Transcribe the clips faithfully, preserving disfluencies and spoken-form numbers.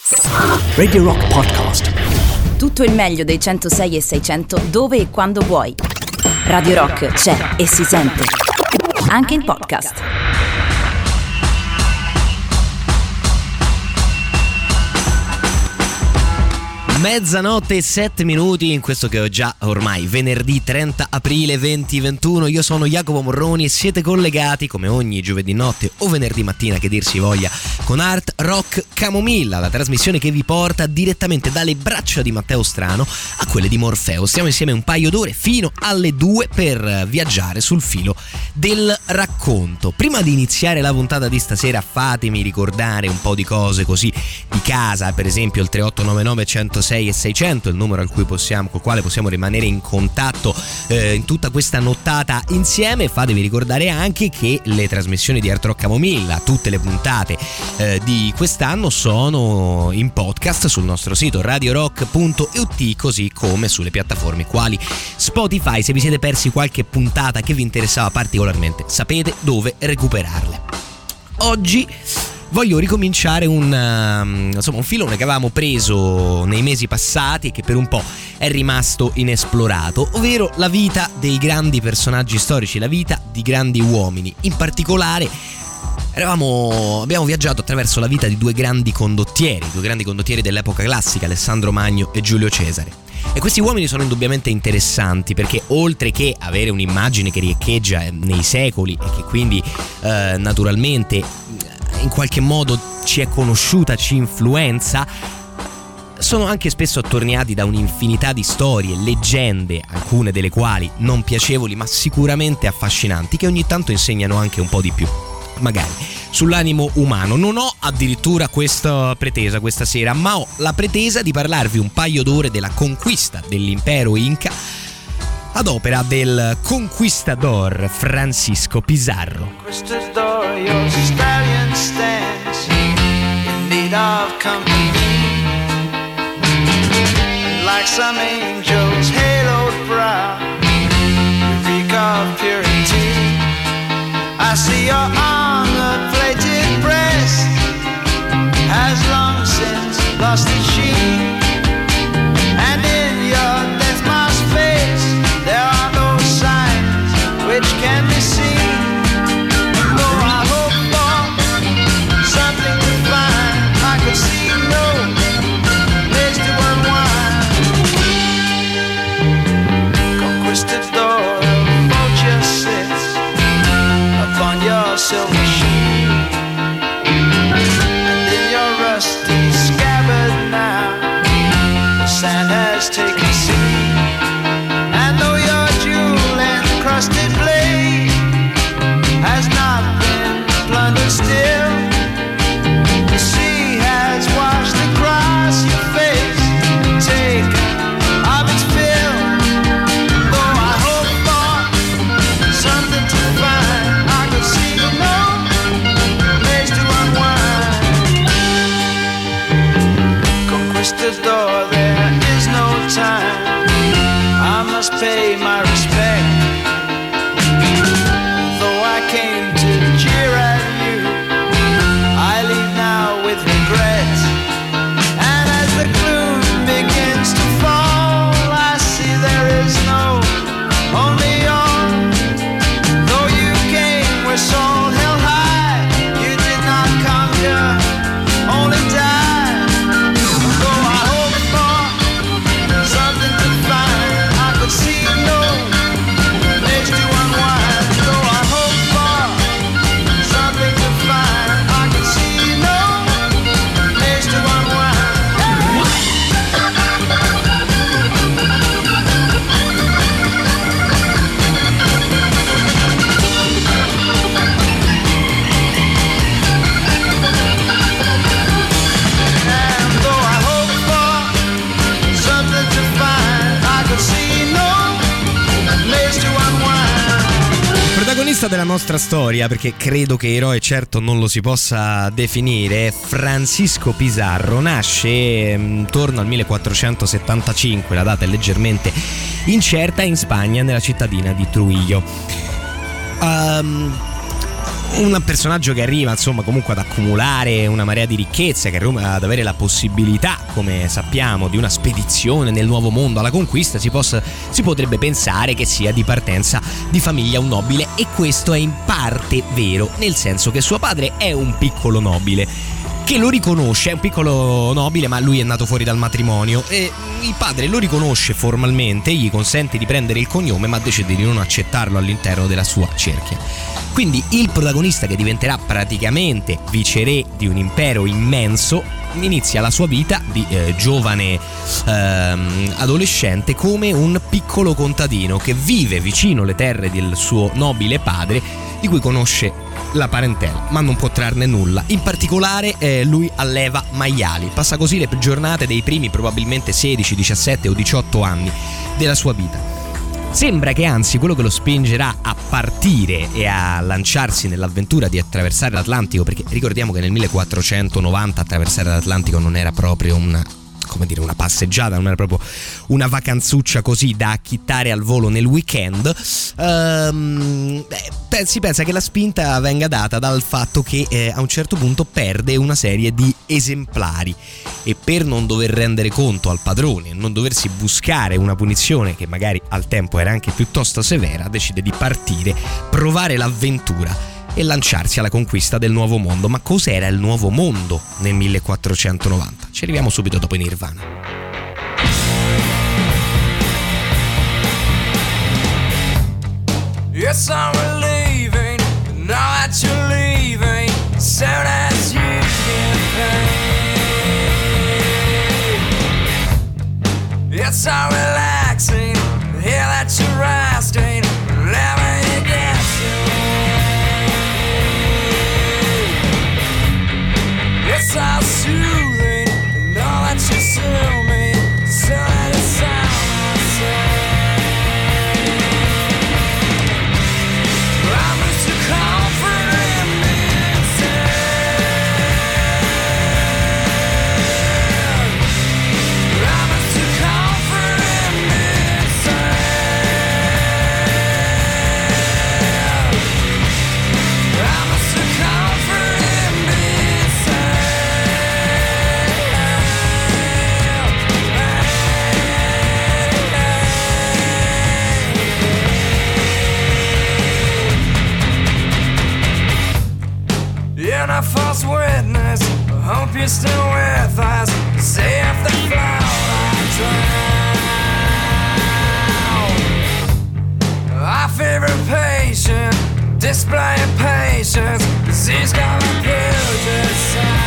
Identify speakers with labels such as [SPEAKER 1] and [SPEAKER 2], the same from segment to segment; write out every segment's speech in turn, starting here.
[SPEAKER 1] Radio Rock Podcast.
[SPEAKER 2] Tutto il meglio dei centosei e seicento dove e quando vuoi. Radio Rock c'è e si sente anche in podcast.
[SPEAKER 3] Mezzanotte e sette minuti in questo che è già ormai venerdì trenta aprile duemilaventuno. Io sono Jacopo Morroni e siete collegati come ogni giovedì notte o venerdì mattina che dir si voglia con Art Rock Camomilla, la trasmissione che vi porta direttamente dalle braccia di Matteo Strano a quelle di Morfeo. Stiamo insieme un paio d'ore fino alle due per viaggiare sul filo del racconto. Prima di iniziare la puntata di stasera fatemi ricordare un po' di cose così di casa, per esempio il tre otto nove nove centosei e seicento, il numero al cui possiamo, col quale possiamo rimanere in contatto eh, in tutta questa nottata insieme. Fatevi ricordare anche che le trasmissioni di Art Rock Camomilla, tutte le puntate eh, di quest'anno, sono in podcast sul nostro sito radio rock punto it, così come sulle piattaforme quali Spotify. Se vi siete persi qualche puntata che vi interessava particolarmente, sapete dove recuperarle. Oggi voglio ricominciare un, uh, insomma, un filone che avevamo preso nei mesi passati e che per un po' è rimasto inesplorato, ovvero la vita dei grandi personaggi storici, la vita di grandi uomini. In particolare eravamo, abbiamo viaggiato attraverso la vita di due grandi condottieri, due grandi condottieri dell'epoca classica, Alessandro Magno e Giulio Cesare. E questi uomini sono indubbiamente interessanti perché, oltre che avere un'immagine che riecheggia nei secoli e che quindi eh, naturalmente in qualche modo ci è conosciuta, ci influenza, sono anche spesso attorniati da un'infinità di storie, leggende, alcune delle quali non piacevoli ma sicuramente affascinanti, che ogni tanto insegnano anche un po' di più, magari, sull'animo umano. Non ho addirittura questa pretesa questa sera, ma ho la pretesa di parlarvi un paio d'ore della conquista dell'impero Inca ad opera del conquistador Francisco Pizarro.
[SPEAKER 4] Conquistador, your stallion stands in need of company. Like some angel's haloed brow, you reek of purity. I see your armor-plated breast has long since lost its sheen, and in your death-masked face there are no signs which can be seen. Though I hope for something to find, I could see no place to unwind. Conquistador, a vulture sits upon your silver shield, and in your rusty scabbard now the sand has taken seed. And though your jewel-encrusted blade has not been plundered still, the sea has washed across your face and taken of its fill. Though I hope for something to find, I could see no place to unwind. Conquistador, there is no time, I must pay my respect. Though I came to jeer at you, I leave now with regret. And as the gloom begins to fall, I see there is no only all. Though you came with soul held high, you did not conquer, only die. Though I hope for something to find, I could see no place to unwind. Though I hope for something to find, I could see no place to unwind. And though I hope for something to find, I could see no place to unwind.
[SPEAKER 3] Protagonista della nostra storia, perché credo che eroe certo non lo si possa definire, Francisco Pizarro nasce intorno al millequattrocentosettantacinque, la data è leggermente incerta, in Spagna, nella cittadina di Trujillo. Um, un personaggio che arriva insomma comunque ad accumulare una marea di ricchezze, che arriva ad avere la possibilità, come sappiamo, di una spedizione nel nuovo mondo alla conquista, si, possa, si potrebbe pensare che sia di partenza di famiglia un nobile, e questo è in parte vero, nel senso che suo padre è un piccolo nobile che lo riconosce, è un piccolo nobile, ma lui è nato fuori dal matrimonio e il padre lo riconosce formalmente, gli consente di prendere il cognome, ma decide di non accettarlo all'interno della sua cerchia. Quindi il protagonista, che diventerà praticamente viceré di un impero immenso, inizia la sua vita di eh, giovane ehm, adolescente come un piccolo contadino che vive vicino alle terre del suo nobile padre, di cui conosce la parentela, ma non può trarne nulla. In particolare eh, lui alleva maiali, passa così le giornate dei primi probabilmente sedici, diciassette o diciotto anni della sua vita. Sembra che anzi quello che lo spingerà a partire e a lanciarsi nell'avventura di attraversare l'Atlantico, perché ricordiamo che nel millequattrocentonovanta attraversare l'Atlantico non era proprio una, come dire, una passeggiata, non era proprio una vacanzuccia così da acchittare al volo nel weekend. Ehm, beh, si pensa che la spinta venga data dal fatto che eh, a un certo punto perde una serie di esemplari, e per non dover rendere conto al padrone, non doversi buscare una punizione che magari al tempo era anche piuttosto severa, decide di partire, provare l'avventura e lanciarsi alla conquista del nuovo mondo. Ma cos'era il nuovo mondo nel millequattrocentonovanta? Ci arriviamo subito dopo Nirvana.
[SPEAKER 4] Yes, I'm leaving, now that you're leaving, soon as you get paid. Yes, I'm relaxing, hear that you're resting, never you get away. Yes, I'm soothing, know that you soothe me, so that it sounds the same. A false witness, I hope you're still with us. See if the flower I drown. Our favorite patient, displaying patience, 'cause he's got a Puget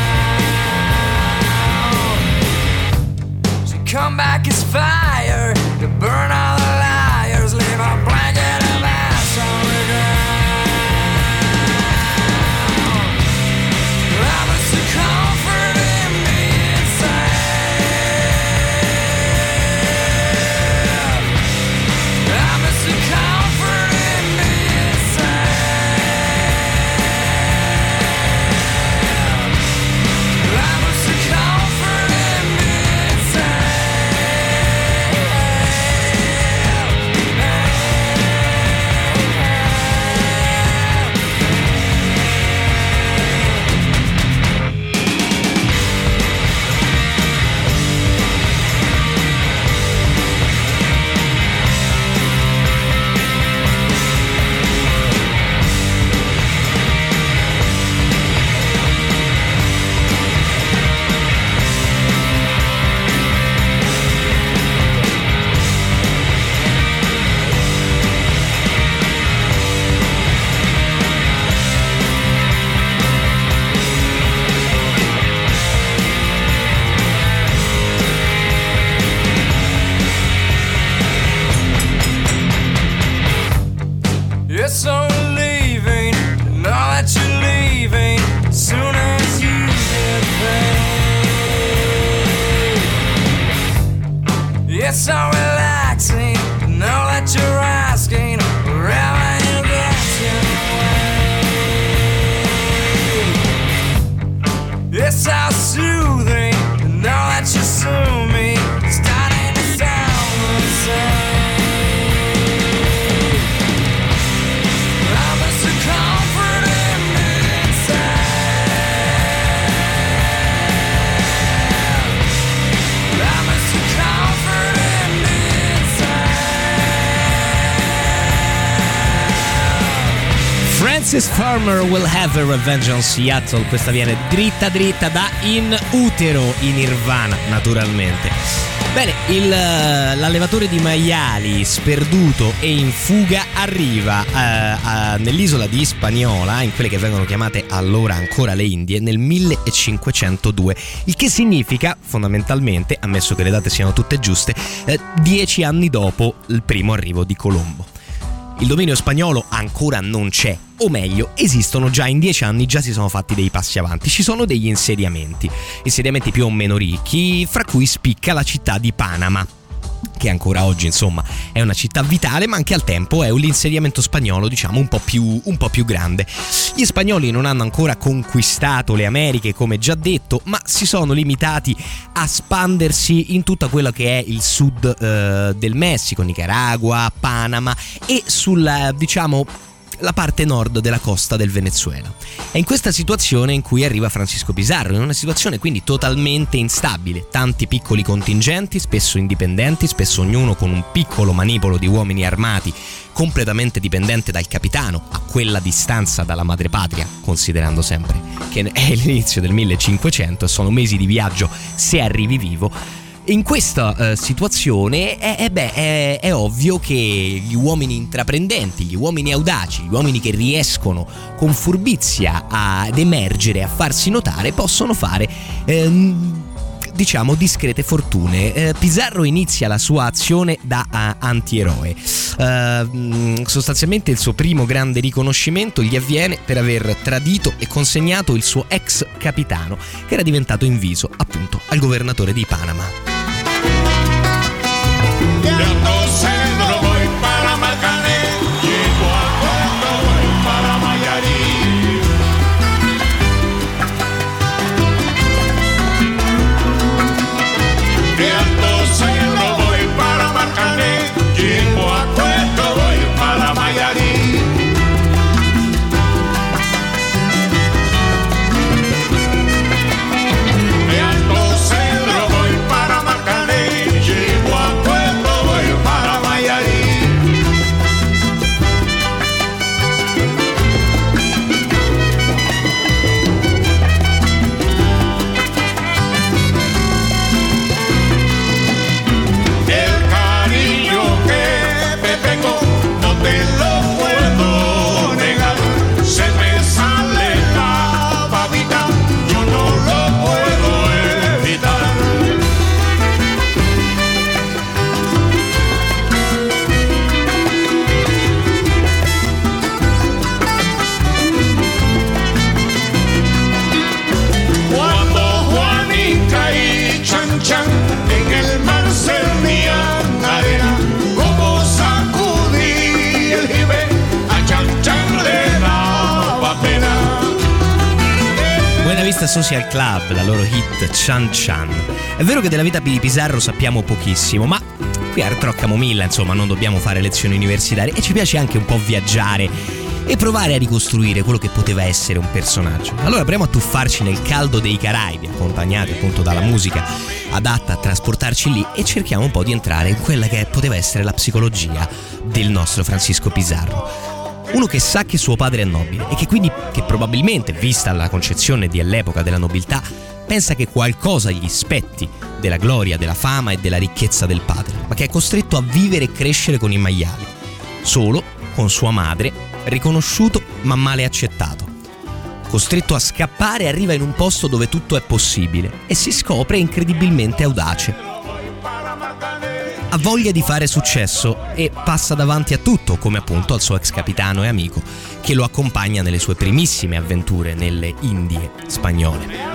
[SPEAKER 4] sound. She come back as fire to burn all the liars, leave a blanket of ash on the ground.
[SPEAKER 3] Francis Farmer Will Have a Revenge on Seattle. Questa viene dritta dritta da In Utero, in Nirvana, naturalmente. Bene, il, l'allevatore di maiali sperduto e in fuga arriva uh, uh, nell'isola di Hispaniola, in quelle che vengono chiamate allora ancora le Indie, nel millecinquecentodue, il che significa fondamentalmente, ammesso che le date siano tutte giuste, eh, dieci anni dopo il primo arrivo di Colombo. Il dominio spagnolo ancora non c'è, o meglio, esistono già in dieci anni, già si sono fatti dei passi avanti. Ci sono degli insediamenti, insediamenti più o meno ricchi, fra cui spicca la città di Panama, che ancora oggi insomma è una città vitale, ma anche al tempo è un insediamento spagnolo, diciamo, un po' più un po' più grande. Gli spagnoli non hanno ancora conquistato le Americhe, come già detto, ma si sono limitati a spandersi in tutta quella che è il sud eh, del Messico, Nicaragua, Panama e sulla, diciamo, la parte nord della costa del Venezuela. È in questa situazione in cui arriva Francisco Pizarro, in una situazione quindi totalmente instabile, tanti piccoli contingenti, spesso indipendenti, spesso ognuno con un piccolo manipolo di uomini armati, completamente dipendente dal capitano, a quella distanza dalla madrepatria, considerando sempre che è l'inizio del millecinquecento e sono mesi di viaggio se arrivi vivo. In questa uh, situazione è, è, beh, è, è ovvio che gli uomini intraprendenti, gli uomini audaci, gli uomini che riescono con furbizia ad emergere, a farsi notare, possono fare ehm, diciamo discrete fortune. eh, Pizarro inizia la sua azione da uh, antieroe. Uh, sostanzialmente il suo primo grande riconoscimento gli avviene per aver tradito e consegnato il suo ex capitano, che era diventato inviso appunto al governatore di Panama. Social Club, la loro hit Chan Chan. È vero che della vita di Pizarro sappiamo pochissimo, ma qui a Retro Camomilla insomma non dobbiamo fare lezioni universitarie e ci piace anche un po' viaggiare e provare a ricostruire quello che poteva essere un personaggio. Allora proviamo a tuffarci nel caldo dei Caraibi, accompagnati appunto dalla musica adatta a trasportarci lì, e cerchiamo un po' di entrare in quella che poteva essere la psicologia del nostro Francisco Pizarro. Uno che sa che suo padre è nobile e che quindi, che probabilmente, vista la concezione dell'epoca della nobiltà, pensa che qualcosa gli spetti della gloria, della fama e della ricchezza del padre, ma che è costretto a vivere e crescere con i maiali, solo con sua madre, riconosciuto ma male accettato. Costretto a scappare, arriva in un posto dove tutto è possibile e si scopre incredibilmente audace. Ha voglia di fare successo e passa davanti a tutto, come appunto al suo ex capitano e amico che lo accompagna nelle sue primissime avventure nelle Indie spagnole.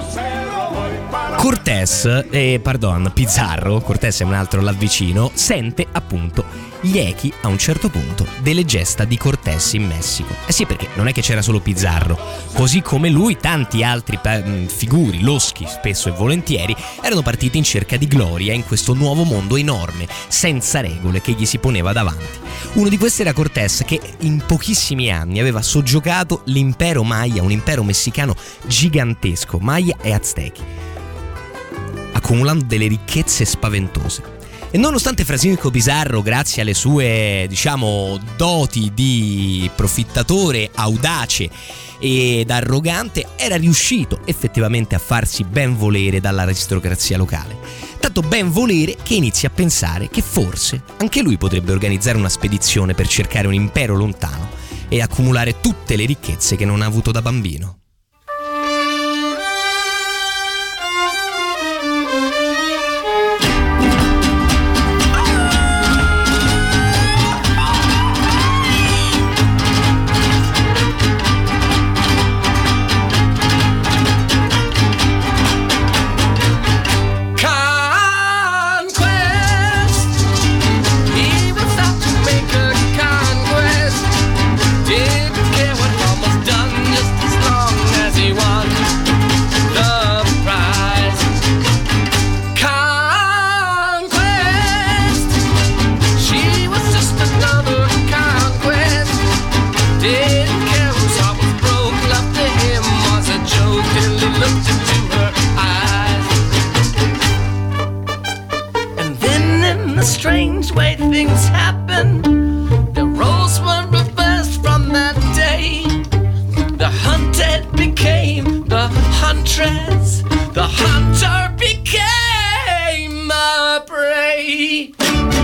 [SPEAKER 3] Cortés, eh, pardon, Pizarro, Cortés è un altro là vicino, sente appunto gli echi a un certo punto delle gesta di Cortés in Messico. Eh sì, perché non è che c'era solo Pizarro, così come lui tanti altri eh, figuri, loschi spesso e volentieri, erano partiti in cerca di gloria in questo nuovo mondo enorme, senza regole, che gli si poneva davanti. Uno di questi era Cortés, che in pochissimi anni aveva soggiogato l'impero Maya, un impero messicano gigantesco, Maya e Aztechi, accumulando delle ricchezze spaventose. E nonostante Francisco Pizarro, grazie alle sue, diciamo, doti di profittatore audace ed arrogante, era riuscito effettivamente a farsi ben volere dall'aristocrazia locale. Tanto ben volere che inizia a pensare che forse anche lui potrebbe organizzare una spedizione per cercare un impero lontano e accumulare tutte le ricchezze che non ha avuto da bambino.
[SPEAKER 5] Strange way things happen. The roles were reversed from that day. The hunted became the huntress. The hunter became a prey.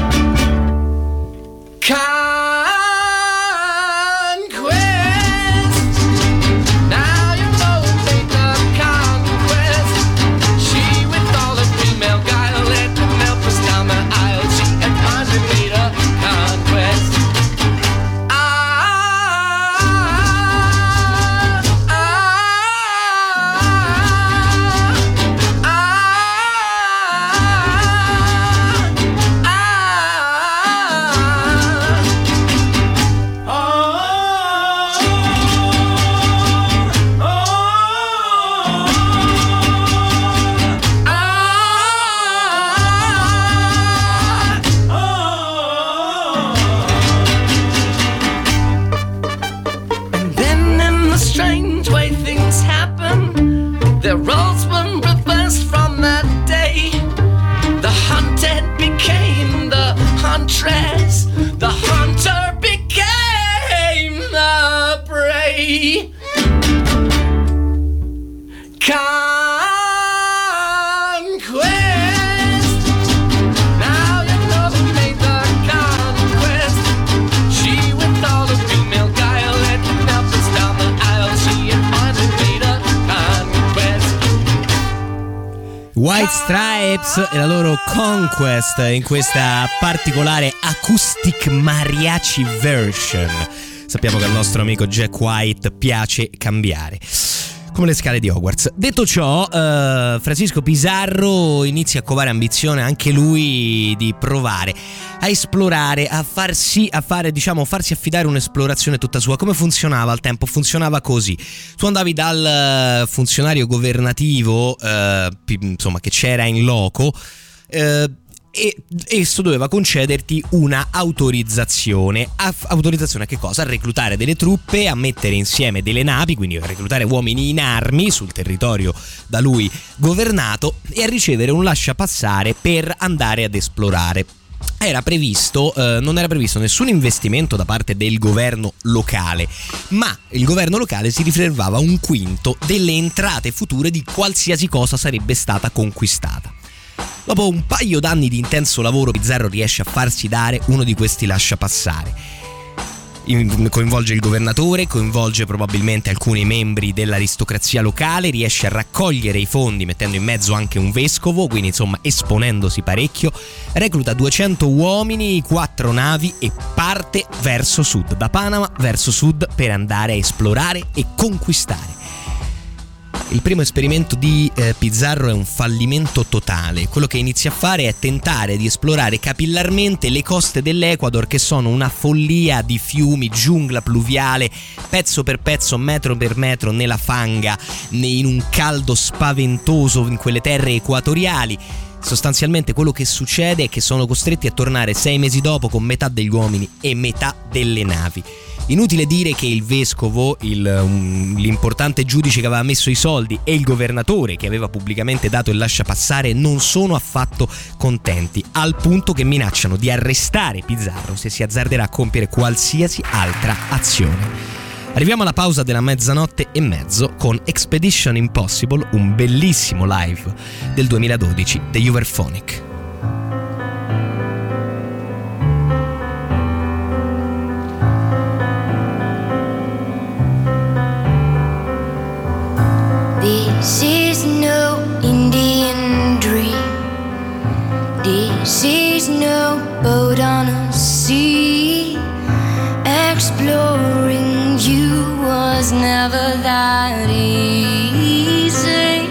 [SPEAKER 3] White Stripes e la loro Conquest in questa particolare acoustic mariachi version. Sappiamo che al nostro amico Jack White piace cambiare, come le scale di Hogwarts. Detto ciò, uh, Francisco Pizarro inizia a covare ambizione anche lui di provare a esplorare, a farsi, a fare, diciamo, farsi affidare un'esplorazione tutta sua. Come funzionava al tempo? Funzionava così: tu andavi dal funzionario governativo, uh, insomma, che c'era in loco, uh, e esso doveva concederti una autorizzazione. A, autorizzazione a che cosa? A reclutare delle truppe, a mettere insieme delle navi, quindi a reclutare uomini in armi sul territorio da lui governato, e a ricevere un lasciapassare per andare ad esplorare. Era previsto, eh, non era previsto nessun investimento da parte del governo locale, ma il governo locale si riservava un quinto delle entrate future di qualsiasi cosa sarebbe stata conquistata. Dopo un paio d'anni di intenso lavoro, Pizarro riesce a farsi dare uno di questi lasciapassare. Coinvolge il governatore, coinvolge probabilmente alcuni membri dell'aristocrazia locale, riesce a raccogliere i fondi mettendo in mezzo anche un vescovo, quindi insomma esponendosi parecchio, recluta duecento uomini, quattro navi e parte verso sud, da Panama verso sud, per andare a esplorare e conquistare. Il primo esperimento di eh, Pizarro è un fallimento totale. Quello che inizia a fare è tentare di esplorare capillarmente le coste dell'Ecuador, che sono una follia di fiumi, giungla pluviale, pezzo per pezzo, metro per metro, nella fanga, in un caldo spaventoso in quelle terre equatoriali. sostanzialmente quello che succede è che sono costretti a tornare sei mesi dopo con metà degli uomini e metà delle navi. Inutile dire che il vescovo, il, um, l'importante giudice che aveva messo i soldi e il governatore che aveva pubblicamente dato il lasciapassare non sono affatto contenti, al punto che minacciano di arrestare Pizarro se si azzarderà a compiere qualsiasi altra azione. Arriviamo alla pausa della mezzanotte e mezzo con Expedition Impossible, un bellissimo live del duemiladodici degli Uberphonic.
[SPEAKER 6] This is no Indian dream. This is no boat on a sea. Exploring you was never that easy.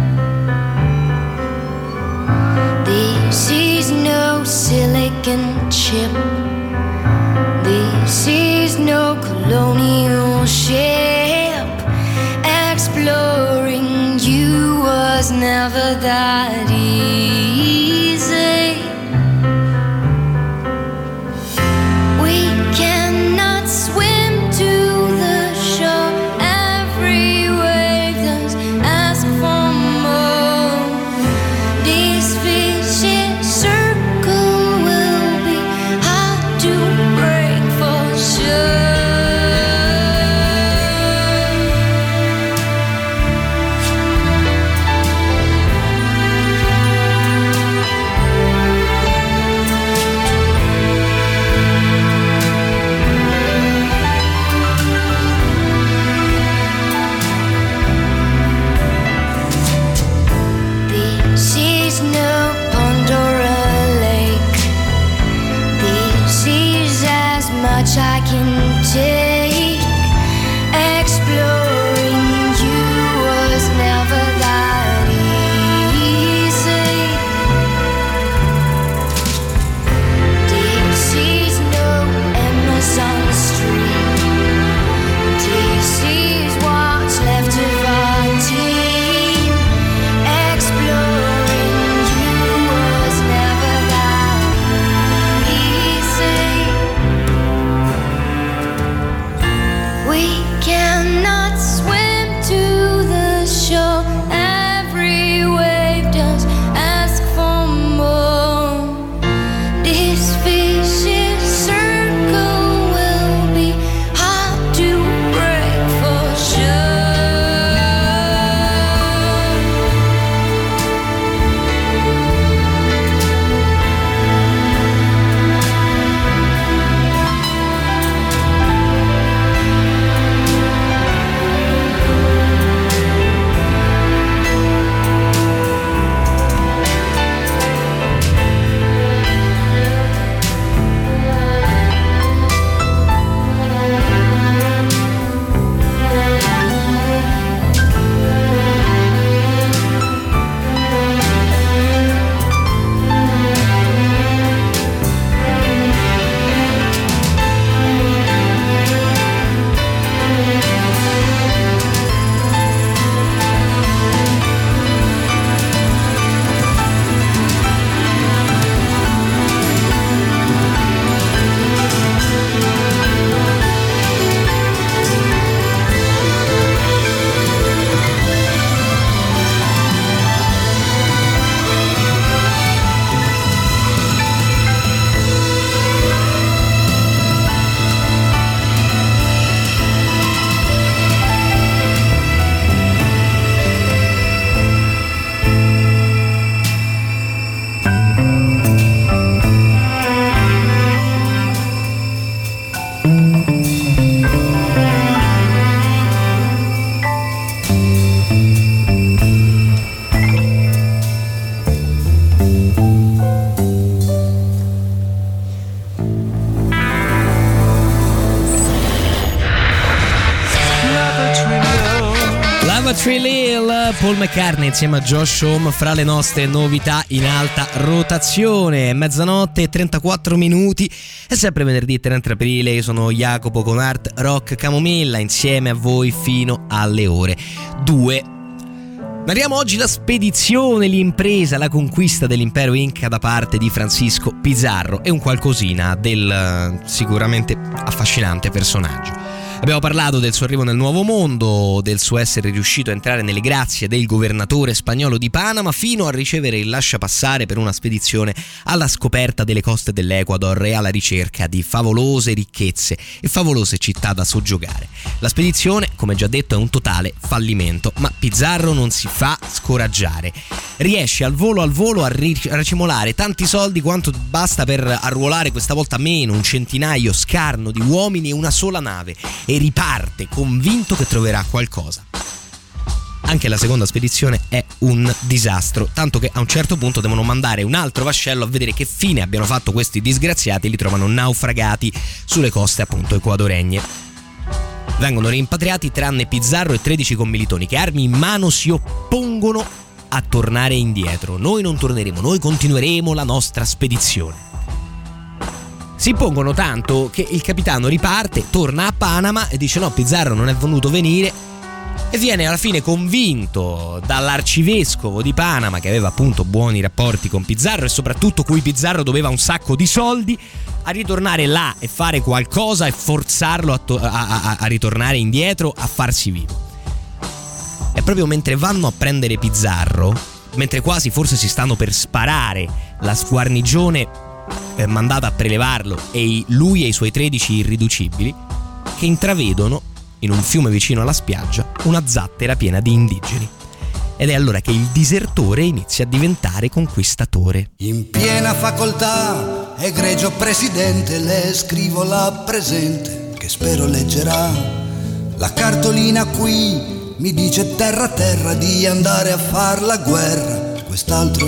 [SPEAKER 6] This is no silicon chip. This is no colonial ship. Exploring you was never that easy. We cannot swim to the shore. Every wave does ask for more. This vicious circle will be hard to break for sure. I can take. Exploring you was never that easy. This is no Amazon stream. This is what's left of our team. Exploring you was never that easy. We cannot swim to the shore. Every wave does ask for more. This vicious circle will be hard to break for sure.
[SPEAKER 3] Lavatory Lil, Paul McCartney insieme a Josh Homme fra le nostre novità in alta rotazione. Mezzanotte e trentaquattro minuti, è sempre venerdì trenta aprile. Io sono Jacopo con Art Rock Camomilla insieme a voi fino alle ore due. Narriamo oggi la spedizione, l'impresa, la conquista dell'impero Inca da parte di Francisco Pizarro e un qualcosina del sicuramente affascinante personaggio. Abbiamo parlato del suo arrivo nel Nuovo Mondo, del suo essere riuscito a entrare nelle grazie del governatore spagnolo di Panama fino a ricevere il lasciapassare per una spedizione alla scoperta delle coste dell'Ecuador e alla ricerca di favolose ricchezze e favolose città da soggiogare. La spedizione, come già detto, è un totale fallimento, ma Pizarro non si fa scoraggiare. Riesce al volo al volo a racimolare tanti soldi quanto basta per arruolare questa volta meno un centinaio scarno di uomini e una sola nave, e riparte convinto che troverà qualcosa. Anche la seconda spedizione è un disastro, tanto che a un certo punto devono mandare un altro vascello a vedere che fine abbiano fatto questi disgraziati e li trovano naufragati sulle coste appunto ecuadoregne. Vengono rimpatriati tranne Pizarro e tredici commilitoni che armi in mano si oppongono a tornare indietro. Noi non torneremo, noi continueremo la nostra spedizione. Si impongono tanto che il capitano riparte, torna a Panama e dice no, Pizarro non è voluto venire, e viene alla fine convinto dall'arcivescovo di Panama, che aveva appunto buoni rapporti con Pizarro e soprattutto cui Pizarro doveva un sacco di soldi, a ritornare là e fare qualcosa e forzarlo a, to- a-, a-, a ritornare indietro, a farsi vivo. E proprio mentre vanno a prendere Pizarro, mentre quasi forse si stanno per sparare la sguarnigione eh, mandata a prelevarlo e i, lui e i suoi tredici irriducibili, che intravedono in un fiume vicino alla spiaggia una zattera piena di indigeni. Ed è allora che il disertore inizia a diventare conquistatore.
[SPEAKER 7] In piena facoltà, egregio presidente, le scrivo la presente, che spero leggerà. La cartolina qui mi dice terra terra di andare a far la guerra quest'altro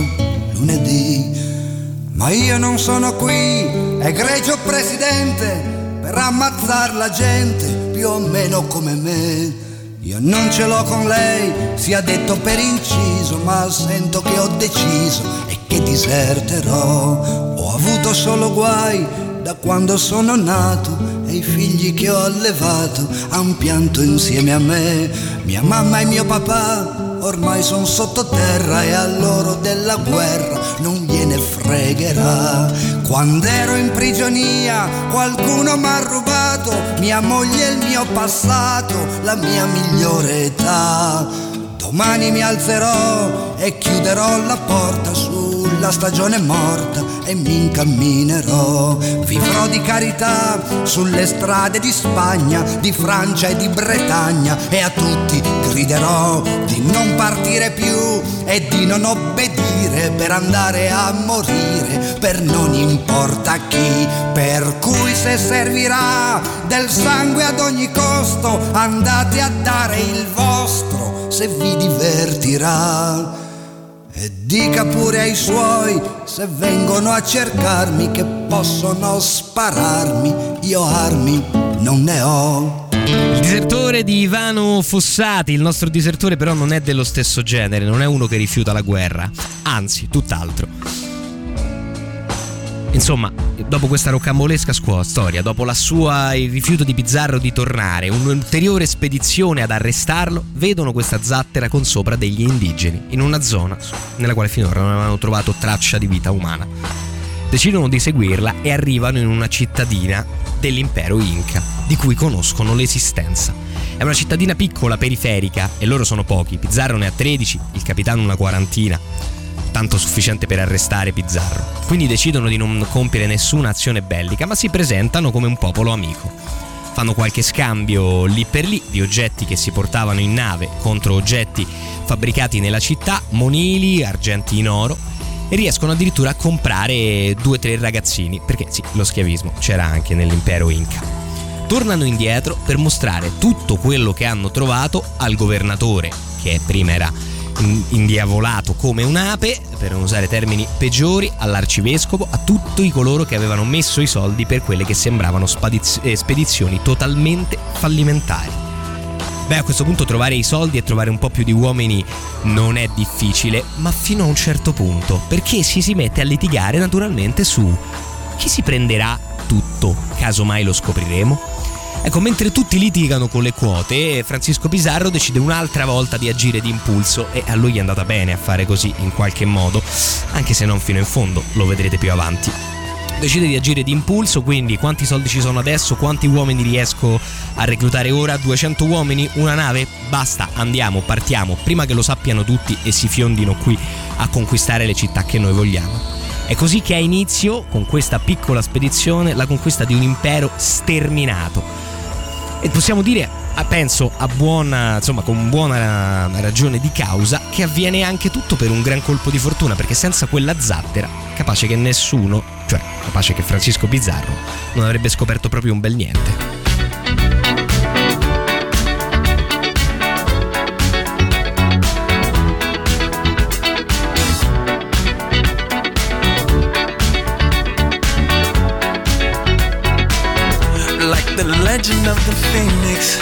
[SPEAKER 7] lunedì. Ma io non sono qui, egregio presidente, per ammazzar la gente più o meno come me. Io non ce l'ho con lei, sia detto per inciso, ma sento che ho deciso e che diserterò. Ho avuto solo guai da quando sono nato e i figli che ho allevato han pianto insieme a me. Mia mamma e mio papà ormai son sottoterra e a loro della guerra non gliene fregherà. Quando ero in prigionia qualcuno m'ha rubato mia moglie e il mio passato, la mia migliore età. Domani mi alzerò e chiuderò la porta sulla stagione morta e mi incamminerò. Vivrò di carità sulle strade di Spagna, di Francia e di Bretagna, e a tutti griderò di non partire più e di non obbedire per andare a morire per non importa chi. Per cui se servirà del sangue ad ogni costo, andate a dare il vostro se vi divertirà. E dica pure ai suoi se vengono a cercarmi che possono spararmi, io armi non ne ho.
[SPEAKER 3] Il disertore di Ivano Fossati, il nostro disertore però non è dello stesso genere, non è uno che rifiuta la guerra, anzi tutt'altro. Insomma, dopo questa rocambolesca storia, dopo la sua, il rifiuto di Pizarro di tornare, un'ulteriore spedizione ad arrestarlo, vedono questa zattera con sopra degli indigeni in una zona nella quale finora non avevano trovato traccia di vita umana. Decidono di seguirla e arrivano in una cittadina dell'impero Inca, di cui conoscono l'esistenza. È una cittadina piccola, periferica, e loro sono pochi. Pizarro ne ha tredici, il capitano una quarantina, tanto sufficiente per arrestare Pizarro. Quindi decidono di non compiere nessuna azione bellica, ma si presentano come un popolo amico. Fanno qualche scambio lì per lì di oggetti che si portavano in nave contro oggetti fabbricati nella città, monili, argenti in oro, e riescono addirittura a comprare due o tre ragazzini, perché sì, lo schiavismo c'era anche nell'impero Inca. Tornano indietro per mostrare tutto quello che hanno trovato al governatore, che prima era indiavolato come un'ape, per non usare termini peggiori, all'arcivescovo, a tutti coloro che avevano messo i soldi per quelle che sembravano spadiz- spedizioni totalmente fallimentari. Beh, a questo punto trovare i soldi e trovare un po' più di uomini non è difficile, ma fino a un certo punto, perché si si mette a litigare naturalmente su chi si prenderà tutto, caso mai lo scopriremo. Ecco, mentre tutti litigano con le quote, Francisco Pizarro decide un'altra volta di agire d'impulso e a lui è andata bene a fare così in qualche modo, anche se non fino in fondo, lo vedrete più avanti. Decide di agire d'impulso, quindi quanti soldi ci sono adesso, quanti uomini riesco a reclutare ora? duecento uomini, una nave? Basta, andiamo, partiamo, prima che lo sappiano tutti e si fiondino qui a conquistare le città che noi vogliamo. È così che ha inizio, con questa piccola spedizione, la conquista di un impero sterminato. E possiamo dire, penso a buona, insomma, con buona ragione di causa, che avviene anche tutto per un gran colpo di fortuna, perché senza quella zattera, capace che nessuno, cioè capace che Francisco Pizarro, non avrebbe scoperto proprio un bel niente.
[SPEAKER 8] The legend of the phoenix,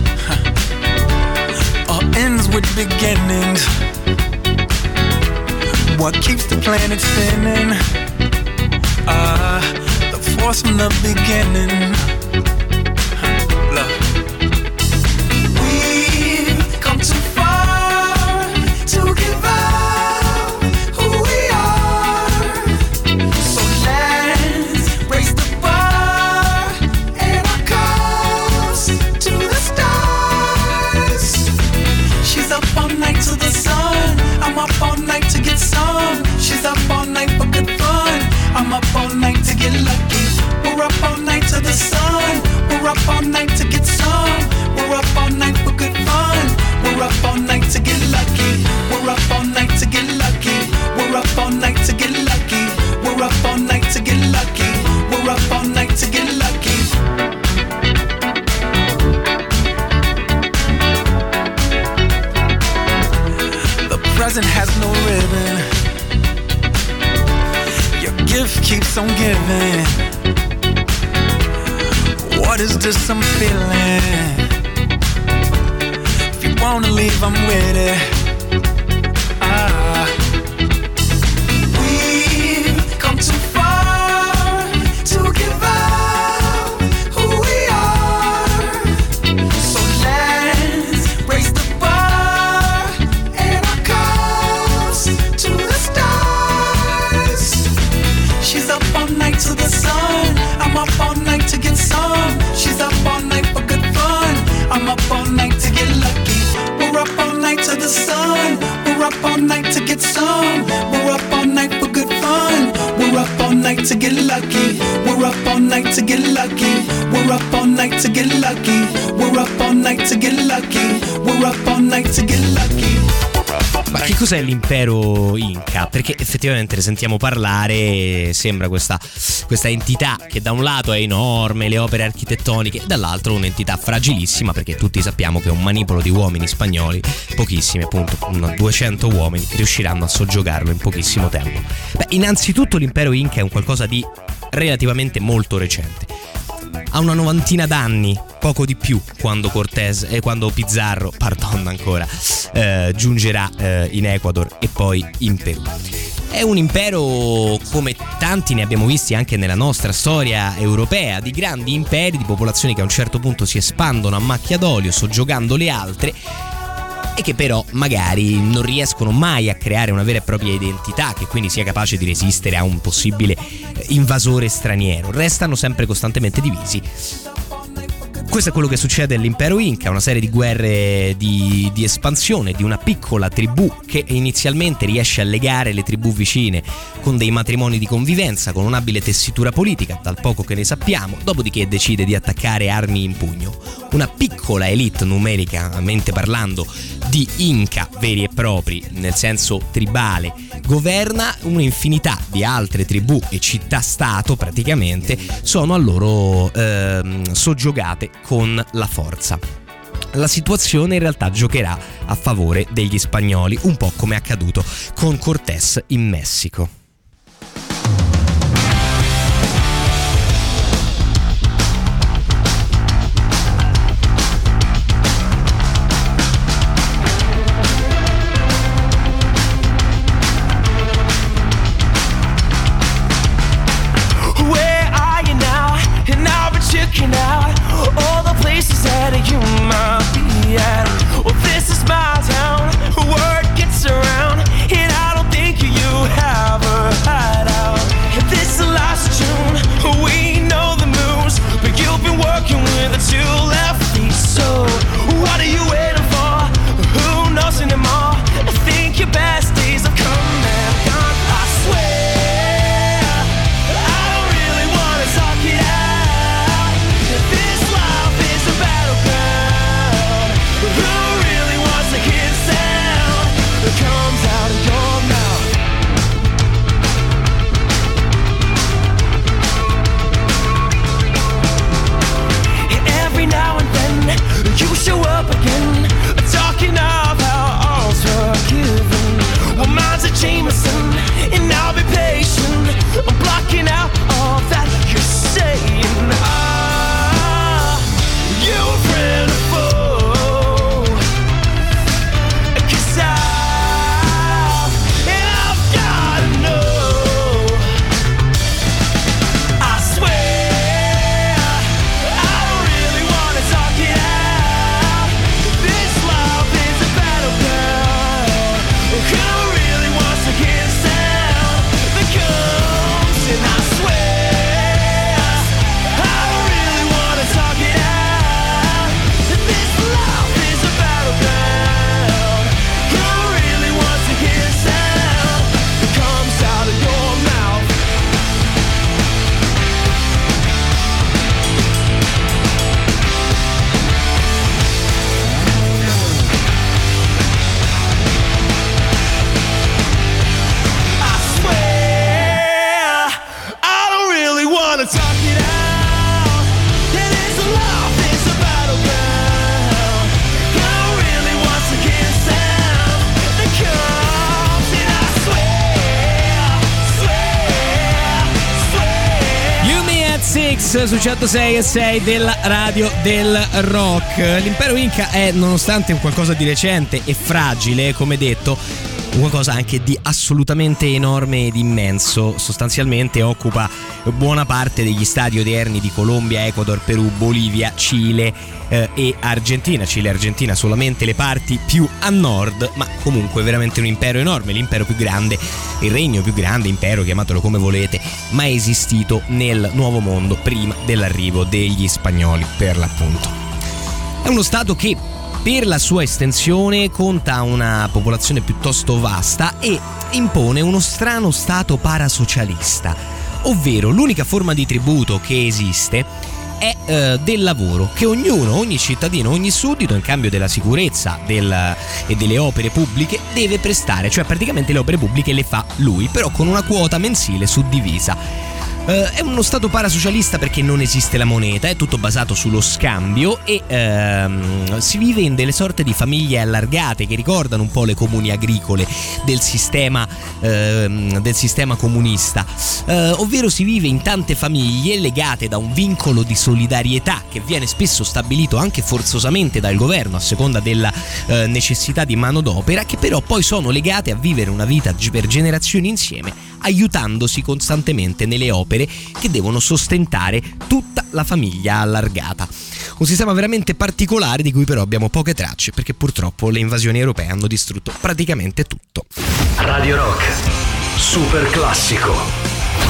[SPEAKER 8] huh, all ends with beginnings. What keeps the planet spinning? Ah, uh, the force from the beginning. Huh, love. We've come too far to give up who we are. So let's raise the to the sun, I'm up all night to get some. She's up all night for good fun. I'm up all night to get lucky. We're up all night to the sun. We're up all night to get some. We're up all night for good fun. We're up all night to get lucky. We're up all night to get lucky. We're up all night to get lucky. We're up all night to get lucky. We're up all night to get lucky. Present has no ribbon. Your gift keeps on giving. What is this I'm feeling? If you wanna leave, I'm with it. Ah, we've come too far to give up who we are. So let's raise the to the sun, I'm up all night to get some. She's up all night for good fun. I'm up all night to get lucky. We're up all night to the sun. We're up all night to get some. We're up all night for good fun. We're up all night to get lucky. We're up all night to get lucky. We're up all night to get lucky. We're up all night to get lucky. We're up all night to get lucky.
[SPEAKER 3] Ma che cos'è l'impero Inca? Perché effettivamente ne sentiamo parlare, sembra questa, questa entità che da un lato è enorme, le opere architettoniche, e dall'altro un'entità fragilissima, perché tutti sappiamo che è un manipolo di uomini spagnoli, pochissimi, appunto, duecento uomini riusciranno a soggiogarlo in pochissimo tempo. Beh, innanzitutto l'impero Inca è un qualcosa di relativamente molto recente. Ha una novantina d'anni, poco di più, quando Cortés e eh, quando Pizarro, pardon ancora, eh, giungerà eh, in Ecuador e poi in Perù. È un impero, come tanti ne abbiamo visti anche nella nostra storia europea, di grandi imperi, di popolazioni che a un certo punto si espandono a macchia d'olio, soggiogando le altre, e che però magari non riescono mai a creare una vera e propria identità che quindi sia capace di resistere a un possibile invasore straniero. Restano sempre costantemente divisi. Questo è quello che succede all'impero Inca, una serie di guerre di, di espansione di una piccola tribù che inizialmente riesce a legare le tribù vicine con dei matrimoni di convivenza, con un'abile tessitura politica, dal poco che ne sappiamo, dopodiché decide di attaccare armi in pugno. Una piccola elite, numericamente parlando, di Inca veri e propri, nel senso tribale, governa un'infinità di altre tribù e città-stato, praticamente, sono a loro ehm, soggiogate con la forza. La situazione in realtà giocherà a favore degli spagnoli, un po' come è accaduto con Cortés in Messico.
[SPEAKER 5] Where are you now? And now we're checking out all the
[SPEAKER 3] Mix su centosei e sei della radio del rock. L'impero Inca è, nonostante un qualcosa di recente e fragile, come detto, qualcosa anche di assolutamente enorme ed immenso. Sostanzialmente occupa buona parte degli stati odierni di Colombia, Ecuador, Perù, Bolivia, Cile eh, e Argentina. Cile e Argentina solamente le parti più a nord, ma comunque veramente un impero enorme, l'impero più grande, il regno più grande, impero, chiamatelo come volete, mai esistito nel Nuovo Mondo prima dell'arrivo degli spagnoli, per l'appunto. È uno stato che per la sua estensione conta una popolazione piuttosto vasta e impone uno strano stato parasocialista, ovvero l'unica forma di tributo che esiste è eh, del lavoro che ognuno, ogni cittadino, ogni suddito in cambio della sicurezza del, e delle opere pubbliche deve prestare, cioè praticamente le opere pubbliche le fa lui, però con una quota mensile suddivisa. Uh, è uno stato parasocialista perché non esiste la moneta, è tutto basato sullo scambio e uh, si vive in delle sorte di famiglie allargate che ricordano un po' le comuni agricole del sistema, uh, del sistema comunista, uh, ovvero si vive in tante famiglie legate da un vincolo di solidarietà che viene spesso stabilito anche forzosamente dal governo a seconda della uh, necessità di manodopera, che però poi sono legate a vivere una vita per generazioni insieme, aiutandosi costantemente nelle opere che devono sostentare tutta la famiglia allargata. Un sistema veramente particolare di cui però abbiamo poche tracce perché purtroppo le invasioni europee hanno distrutto praticamente tutto.
[SPEAKER 1] Radio Rock, super classico.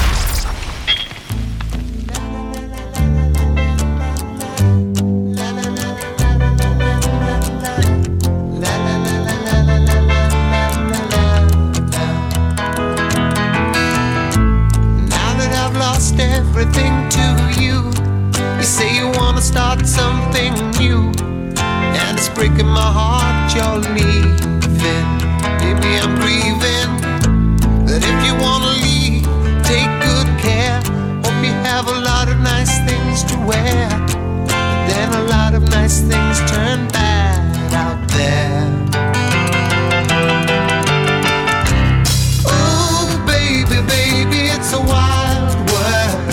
[SPEAKER 9] Everything to you. You say you wanna start something new, and it's breaking my heart you're leaving. Maybe I'm grieving, but if you wanna leave, take good care. Hope you have a lot of nice things to wear, but then a lot of nice things turn bad out there. Oh baby, baby, it's a wild world.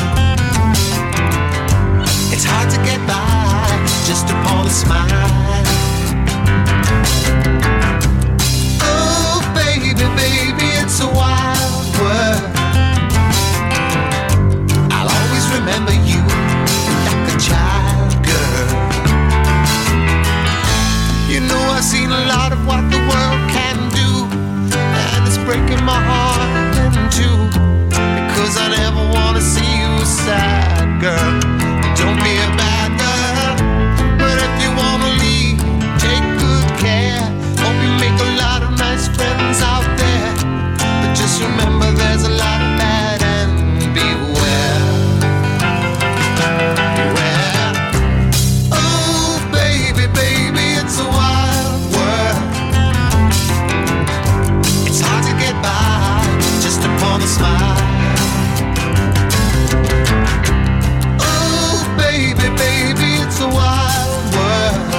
[SPEAKER 9] It's hard to get by just upon a smile. Oh, baby, baby, it's a wild world. I'll always remember you like a child, girl. You know I've seen a lot of what the world can do, and it's breaking my heart in two, because I never want to see you sad, girl. Don't be a bad girl, but if you wanna leave, take good care. Hope you make a lot of nice friends out there, but just remember there's a lot of bad and beware. Beware. Oh baby, baby, it's a wild world. It's hard to get by just upon a smile. Baby, baby, it's a wild world.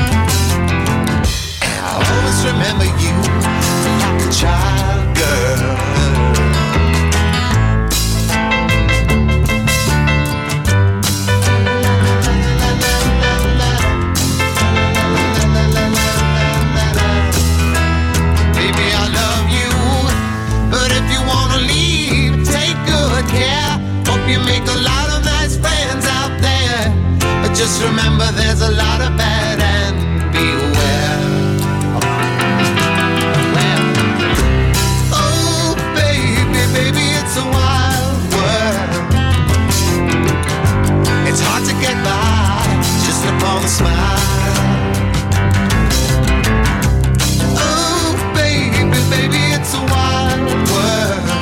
[SPEAKER 9] And I'll always remember you like a child, girl. Baby, I love you, but if you wanna leave, take good care. Hope you make a lot of nice friends out there, but just remember there's a lot of bad and beware. Well, oh baby, baby, it's a wild world. It's hard to get by just upon a smile. Oh baby, baby, it's a wild world.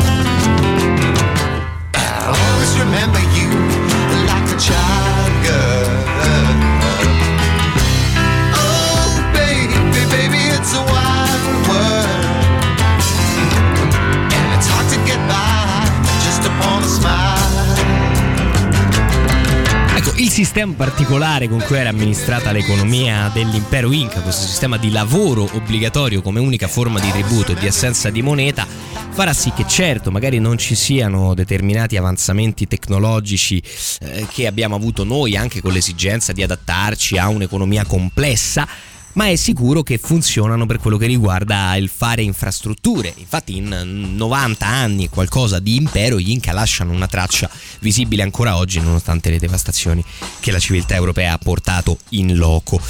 [SPEAKER 9] I'll always remember you like a child, girl.
[SPEAKER 3] sistema particolare con cui era amministrata l'economia dell'impero Inca, questo sistema di lavoro obbligatorio come unica forma di tributo e di assenza di moneta, farà sì che certo magari non ci siano determinati avanzamenti tecnologici eh, che abbiamo avuto noi, anche con l'esigenza di adattarci a un'economia complessa, ma è sicuro che funzionano per quello che riguarda il fare infrastrutture. Infatti in novanta anni e qualcosa di impero gli Inca lasciano una traccia visibile ancora oggi, nonostante le devastazioni che la civiltà europea ha portato in loco.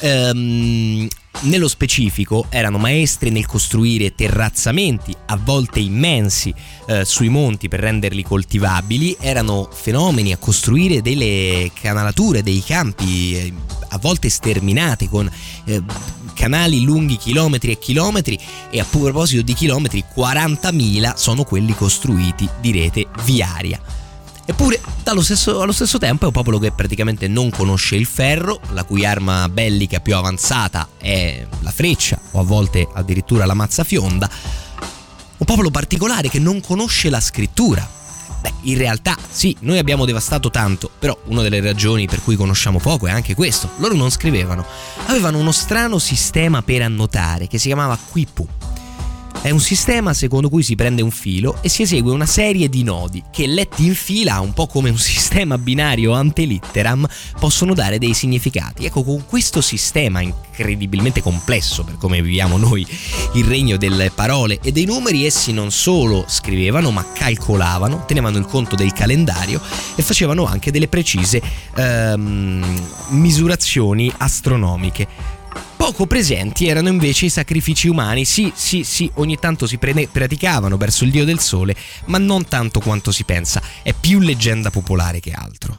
[SPEAKER 3] Ehm... Nello specifico erano maestri nel costruire terrazzamenti, a volte immensi, eh, sui monti per renderli coltivabili, erano fenomeni a costruire delle canalature, dei campi, eh, a volte sterminati, con eh, canali lunghi chilometri e chilometri, e a proposito di chilometri, quarantamila sono quelli costruiti di rete viaria. Eppure, dallo stesso, allo stesso tempo è un popolo che praticamente non conosce il ferro, la cui arma bellica più avanzata è la freccia o a volte addirittura la mazza fionda. Un popolo particolare che non conosce la scrittura. Beh, in realtà sì, noi abbiamo devastato tanto, però una delle ragioni per cui conosciamo poco è anche questo. Loro non scrivevano, avevano uno strano sistema per annotare che si chiamava quipu. È un sistema secondo cui si prende un filo e si esegue una serie di nodi che, letti in fila, un po' come un sistema binario ante litteram, possono dare dei significati. Ecco, con questo sistema incredibilmente complesso per come viviamo noi il regno delle parole e dei numeri, essi non solo scrivevano ma calcolavano, tenevano il conto del calendario e facevano anche delle precise ehm, misurazioni astronomiche. Poco presenti erano invece i sacrifici umani. Sì, sì, sì, ogni tanto si pre- praticavano verso il dio del sole, ma non tanto quanto si pensa. È più leggenda popolare che altro.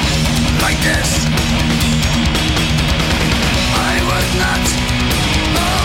[SPEAKER 10] I would not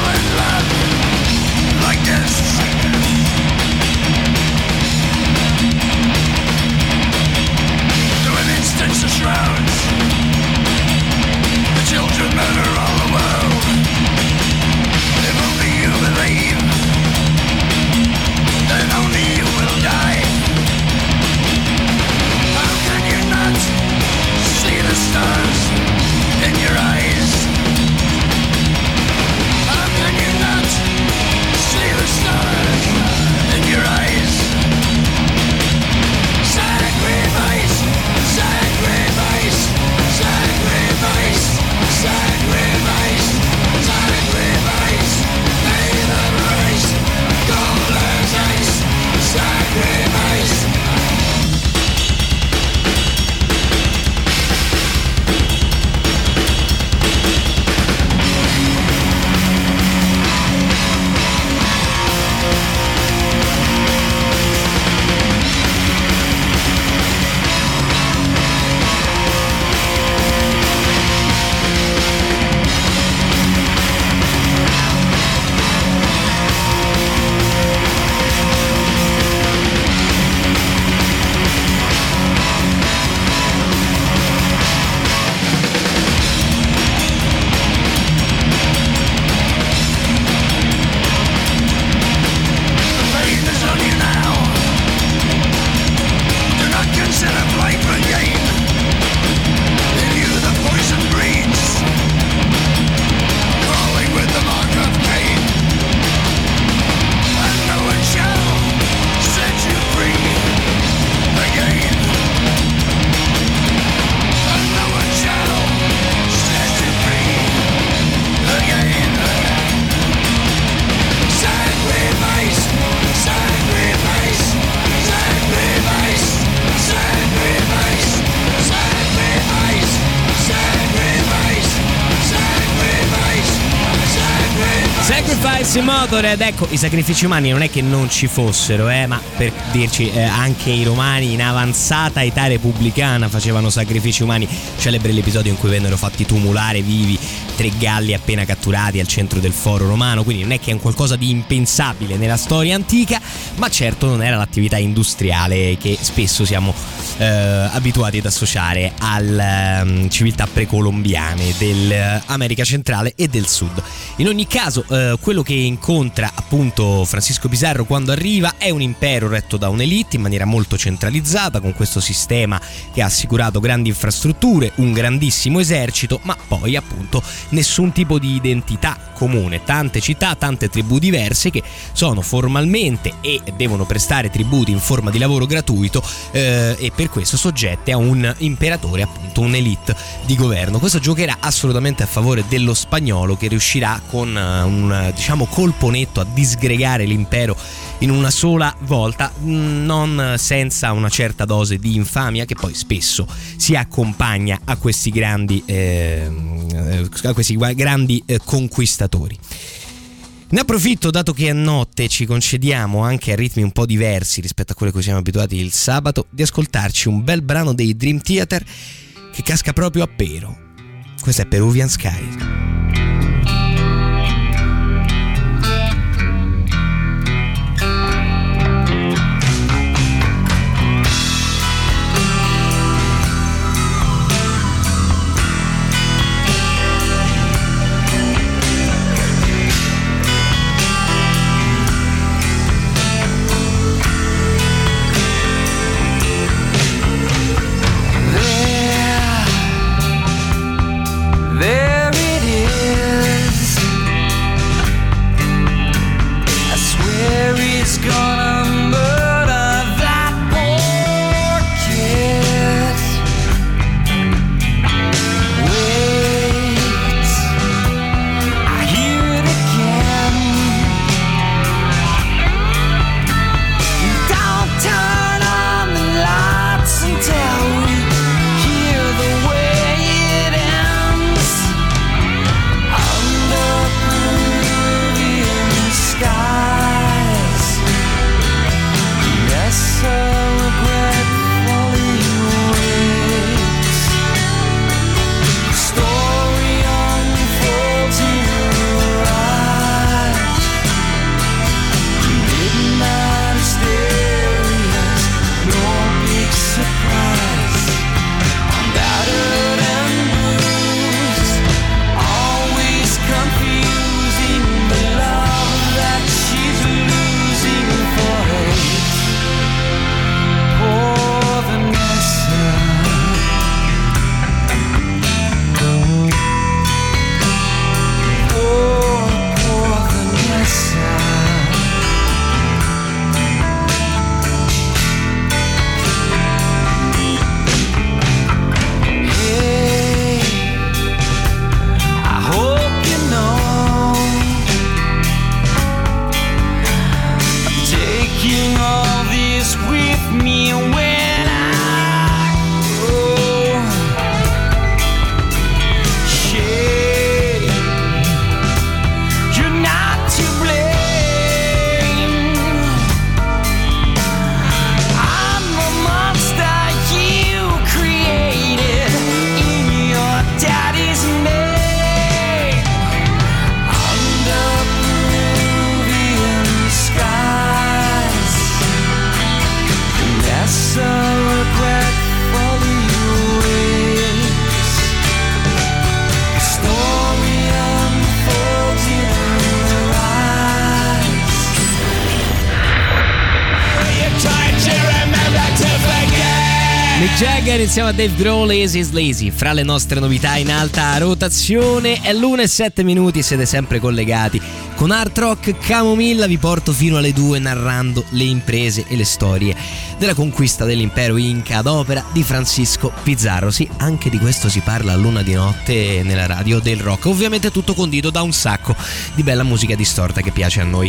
[SPEAKER 3] Fox Motorhead, ecco, i sacrifici umani non è che non ci fossero, eh, ma per dirci, eh, anche i romani in avanzata età repubblicana facevano sacrifici umani. Celebre l'episodio in cui vennero fatti tumulare vivi tre galli appena catturati al centro del foro romano, quindi non è che è un qualcosa di impensabile nella storia antica, ma certo non era l'attività industriale che spesso siamo eh, abituati ad associare alle um, civiltà precolombiane dell'America centrale e del sud. In ogni caso, eh, quello che incontra appunto Francisco Pizarro quando arriva è un impero retto da un'elite in maniera molto centralizzata, con questo sistema che ha assicurato grandi infrastrutture, un grandissimo esercito, ma poi appunto nessun tipo di identità comune, tante città, tante tribù diverse che sono formalmente e devono prestare tributi in forma di lavoro gratuito eh, e per questo soggette a un imperatore, appunto un'elite di governo. Questo giocherà assolutamente a favore dello spagnolo, che riuscirà con un, diciamo, colpo netto a disgregare l'impero in una sola volta, non senza una certa dose di infamia che poi spesso si accompagna a questi grandi eh, a questi grandi eh, conquistatori. Ne approfitto, dato che a notte ci concediamo anche a ritmi un po' diversi rispetto a quello a cui siamo abituati il sabato, di ascoltarci un bel brano dei Dream Theater che casca proprio a pelo. Questo è Peruvian Skies. Jagger insieme a Dave Grohl, Lazy is Lazy, fra le nostre novità in alta rotazione. È l'una e sette minuti e siete sempre collegati con Art Rock Camomilla. Vi porto fino alle due narrando le imprese e le storie della conquista dell'impero Inca ad opera di Francisco Pizarro. Sì, anche di questo si parla a luna di notte nella radio del rock, ovviamente tutto condito da un sacco di bella musica distorta che piace a noi.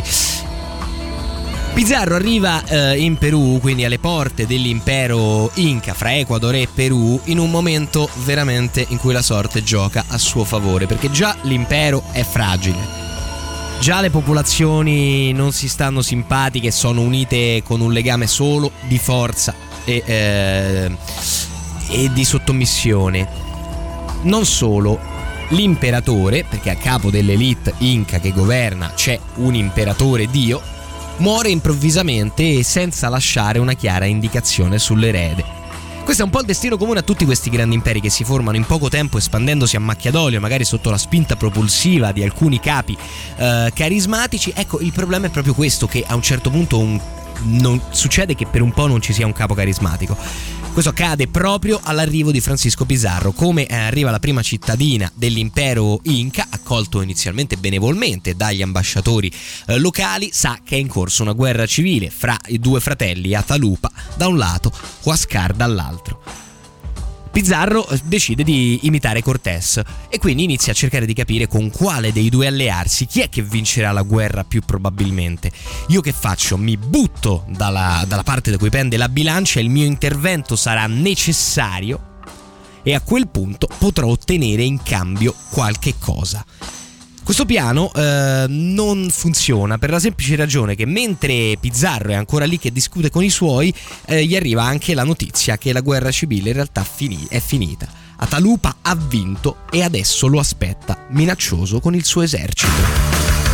[SPEAKER 3] Pizarro arriva eh, in Perù, quindi alle porte dell'impero Inca fra Ecuador e Perù, in un momento veramente in cui la sorte gioca a suo favore, perché già l'impero è fragile, Già le popolazioni non si stanno simpatiche, sono unite con un legame solo di forza e, eh, e di sottomissione. Non solo, l'imperatore, perché a capo dell'elite inca che governa c'è un imperatore dio, muore improvvisamente e senza lasciare una chiara indicazione sull'erede. Questo è un po' il destino comune a tutti questi grandi imperi che si formano in poco tempo, espandendosi a macchia d'olio, magari sotto la spinta propulsiva di alcuni capi eh, carismatici. Ecco, il problema è proprio questo, che a un certo punto un, non, succede che per un po' non ci sia un capo carismatico. Questo accade proprio all'arrivo di Francisco Pizarro. Come arriva la prima cittadina dell'impero Inca, accolto inizialmente benevolmente dagli ambasciatori eh, locali, sa che è in corso una guerra civile fra i due fratelli Atalupa da un lato, Huascar dall'altro. Pizarro decide di imitare Cortés e quindi inizia a cercare di capire con quale dei due allearsi, chi è che vincerà la guerra più probabilmente. Io che faccio? Mi butto dalla, dalla parte da cui pende la bilancia, il mio intervento sarà necessario e a quel punto potrò ottenere in cambio qualche cosa. Questo piano eh, non funziona per la semplice ragione che mentre Pizarro è ancora lì che discute con i suoi, eh, gli arriva anche la notizia che la guerra civile in realtà fini- è finita. Atalupa ha vinto e adesso lo aspetta, minaccioso con il suo esercito.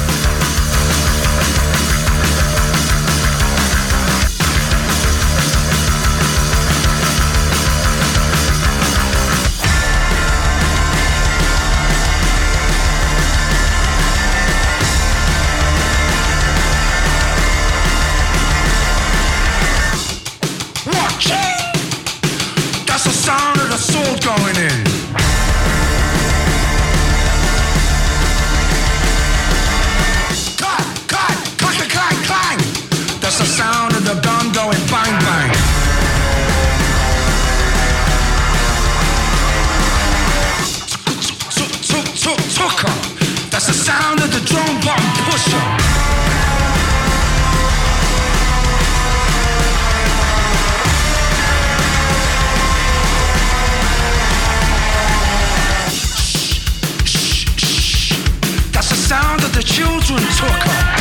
[SPEAKER 10] Going in. Cut, cut, cut, clang, clang. That's the sound of the gun going bang, bang. Tucker. That's the sound of the drum bomb pusher. Sound of the children took her.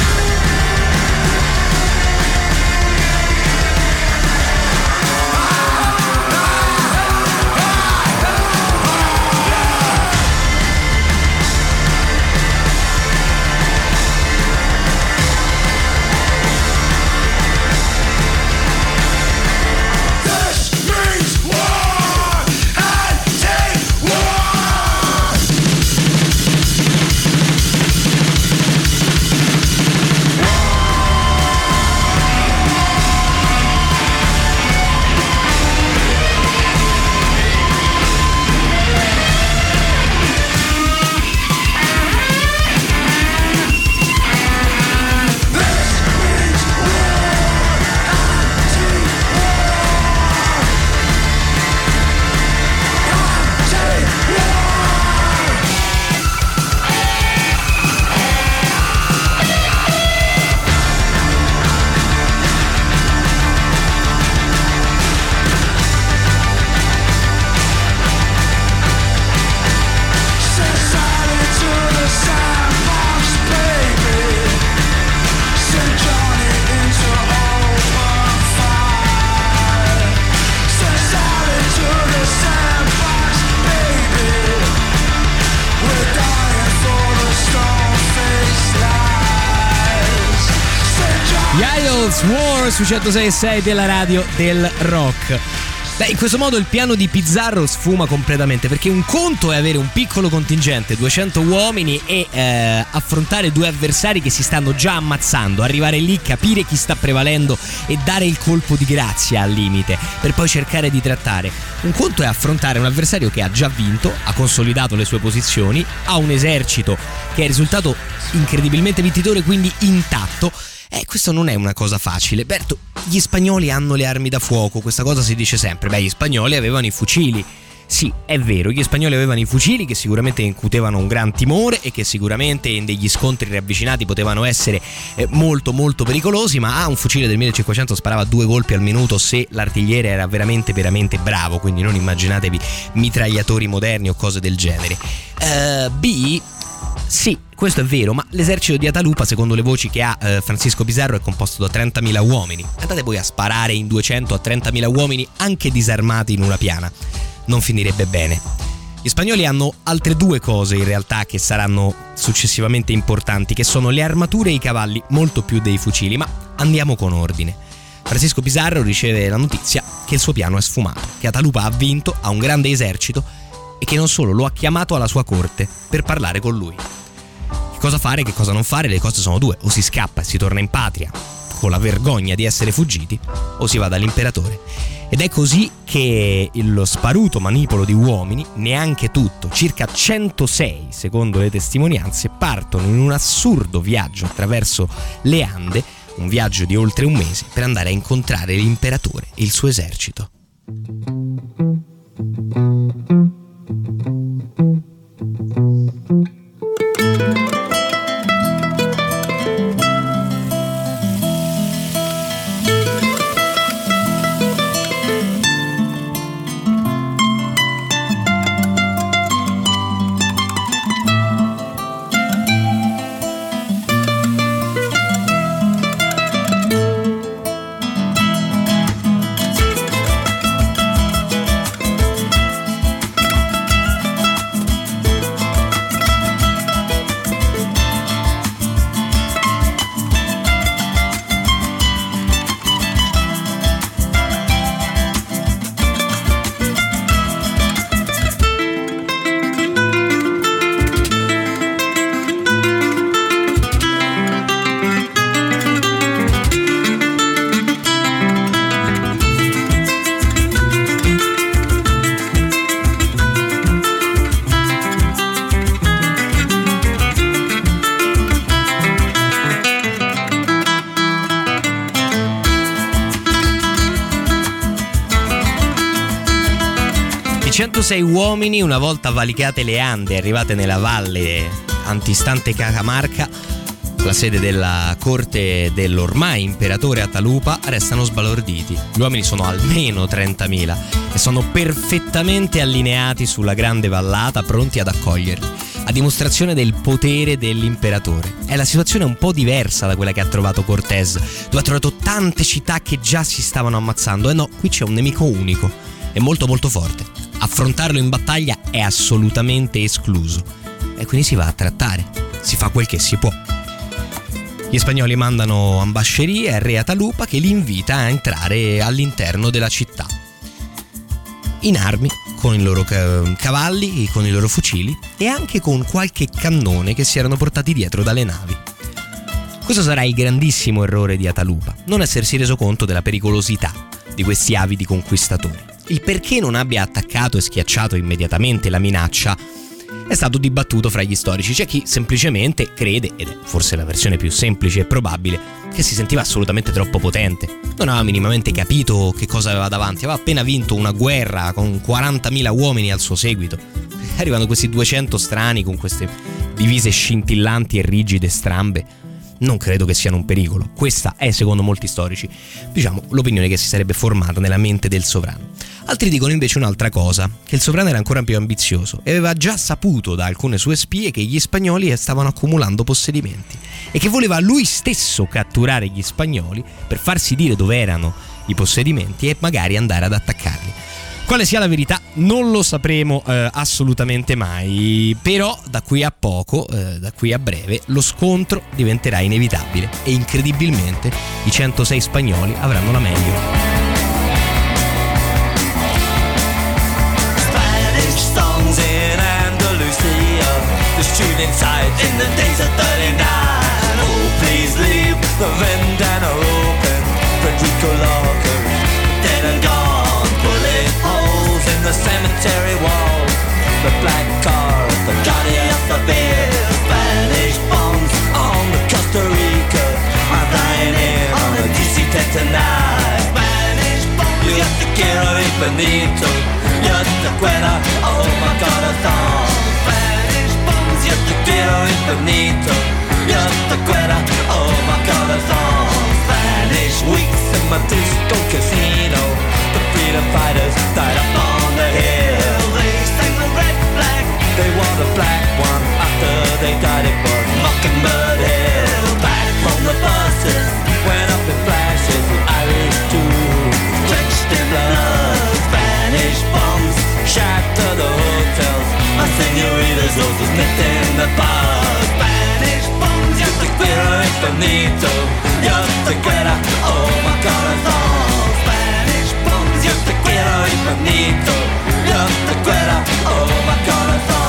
[SPEAKER 3] War su centosei e sei della radio del rock. Beh, in questo modo il piano di Pizarro sfuma completamente, perché un conto è avere un piccolo contingente, duecento uomini, e eh, affrontare due avversari che si stanno già ammazzando, arrivare lì, capire chi sta prevalendo e dare il colpo di grazia al limite, per poi cercare di trattare. Un conto è affrontare un avversario che ha già vinto, ha consolidato le sue posizioni, ha un esercito che è risultato incredibilmente vincitore, quindi intatto. Eh, questo non è una cosa facile. Berto, gli spagnoli hanno le armi da fuoco, questa cosa si dice sempre. Beh, gli spagnoli avevano i fucili. Sì, è vero, gli spagnoli avevano i fucili che sicuramente incutevano un gran timore e che sicuramente in degli scontri ravvicinati potevano essere eh, molto molto pericolosi, ma ah, un fucile del millecinquecento sparava due colpi al minuto se l'artigliere era veramente veramente bravo, quindi non immaginatevi mitragliatori moderni o cose del genere. Uh, B... Sì, questo è vero, ma l'esercito di Atalupa, secondo le voci che ha eh, Francisco Pizarro, è composto da trentamila uomini. Andate poi a sparare in duecento a trentamila uomini anche disarmati in una piana. Non finirebbe bene. Gli spagnoli hanno altre due cose in realtà che saranno successivamente importanti, che sono le armature e i cavalli, molto più dei fucili, ma andiamo con ordine. Francisco Pizarro riceve la notizia che il suo piano è sfumato, che Atalupa ha vinto, ha un grande esercito e che non solo lo ha chiamato alla sua corte per parlare con lui. Che cosa fare, che cosa non fare? Le cose sono due: o si scappa e si torna in patria con la vergogna di essere fuggiti, o si va dall'imperatore. Ed è così che lo sparuto manipolo di uomini, neanche tutto, circa centosei secondo le testimonianze, partono in un assurdo viaggio attraverso le Ande, un viaggio di oltre un mese, per andare a incontrare l'imperatore e il suo esercito. centosei uomini, una volta valicate le Ande e arrivate nella valle antistante Cajamarca, la sede della corte dell'ormai imperatore Atalupa, restano sbalorditi. Gli uomini sono almeno trentamila e sono perfettamente allineati sulla grande vallata, pronti ad accoglierli, a dimostrazione del potere dell'imperatore. È la situazione un po' diversa da quella che ha trovato Cortés, dove ha trovato tante città che già si stavano ammazzando. E no, qui c'è un nemico unico e molto molto forte. Affrontarlo in battaglia è assolutamente escluso e quindi si va a trattare, si fa quel che si può. Gli spagnoli mandano ambascerie al re Atalupa, che li invita a entrare all'interno della città in armi, con i loro cavalli, con i loro fucili e anche con qualche cannone che si erano portati dietro dalle navi. Questo sarà il grandissimo errore di Atalupa, non essersi reso conto della pericolosità di questi avidi conquistatori. Il perché non abbia attaccato e schiacciato immediatamente la minaccia è stato dibattuto fra gli storici. C'è chi semplicemente crede, ed è forse la versione più semplice e probabile, che si sentiva assolutamente troppo potente. Non aveva minimamente capito che cosa aveva davanti, aveva appena vinto una guerra con quarantamila uomini al suo seguito. Arrivano questi duecento strani con queste divise scintillanti e rigide strambe. Non credo che siano un pericolo. Questa è, secondo molti storici, diciamo, l'opinione che si sarebbe formata nella mente del sovrano. Altri dicono invece un'altra cosa, che il sovrano era ancora più ambizioso e aveva già saputo da alcune sue spie che gli spagnoli stavano accumulando possedimenti e che voleva lui stesso catturare gli spagnoli per farsi dire dove erano i possedimenti e magari andare ad attaccarli. Quale sia la verità non lo sapremo eh, assolutamente mai, però da qui a poco, eh, da qui a breve, lo scontro diventerà inevitabile e incredibilmente i centosei spagnoli avranno la meglio.
[SPEAKER 11] The cemetery wall, the black car, the guardian of the beer, Spanish bombs on the Costa Rica, I'm dying in on the D C ten tonight. Spanish bombs, yo te quiero infinito, yo te quiero, oh my corazón. Spanish bombs, yo te quiero infinito, yo te quiero, oh my corazón. Spanish weeks in my disco casino, the freedom fighters died up on the hill. They sang the red flag, they wore the black one after they died los dos meten de paz. Spanish bombs, yo te quiero infinito, yo te quiero, oh my corazón. Spanish bombs, yo te quiero infinito, yo te quiero, oh my corazón.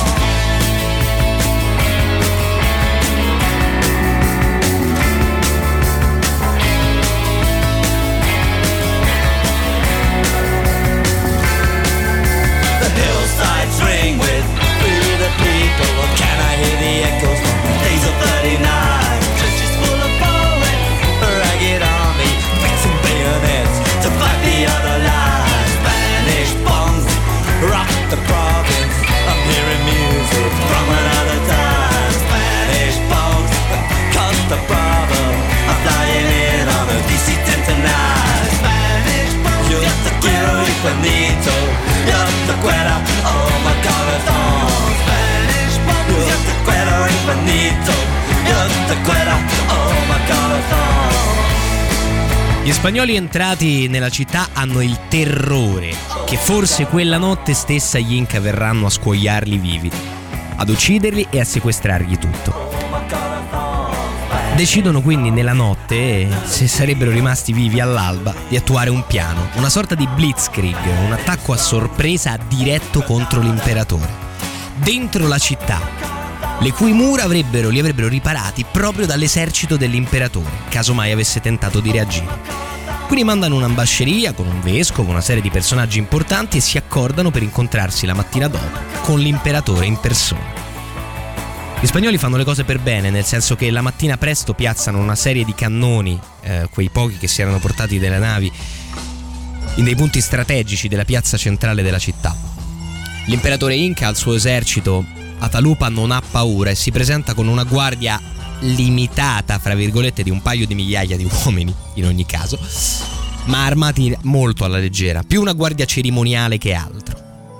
[SPEAKER 11] Hillsides ring with through the people. Or can I hear the echoes from days of thirty-nine? Churches full of poets, a ragged army, fixing bayonets to fight the other line. Spanish bombs rock the province. I'm hearing music from another time. Spanish bombs cause the problem. I'm flying in on a D C ten tonight. Spanish bombs, yo te quiero infinito, yo te quiero, oh my corazón. Spanish bombs, yo te quiero infinito, yo te quiero, oh my corazón.
[SPEAKER 3] Gli spagnoli entrati nella città hanno il terrore che forse quella notte stessa gli Inca verranno a scuoiarli vivi, ad ucciderli e a sequestrargli tutto. Decidono quindi nella notte, se sarebbero rimasti vivi all'alba, di attuare un piano, una sorta di blitzkrieg, un attacco a sorpresa diretto contro l'imperatore, dentro la città, le cui mura avrebbero, li avrebbero riparati proprio dall'esercito dell'imperatore, caso mai avesse tentato di reagire. Quindi mandano un'ambasceria con un vescovo, una serie di personaggi importanti e si accordano per incontrarsi la mattina dopo con l'imperatore in persona. Gli spagnoli fanno le cose per bene, nel senso che la mattina presto piazzano una serie di cannoni, eh, quei pochi che si erano portati dalle navi, in dei punti strategici della piazza centrale della città. L'imperatore Inca al suo esercito Atalupa non ha paura e si presenta con una guardia limitata, fra virgolette, di un paio di migliaia di uomini, in ogni caso, ma armati molto alla leggera, più una guardia cerimoniale che altro.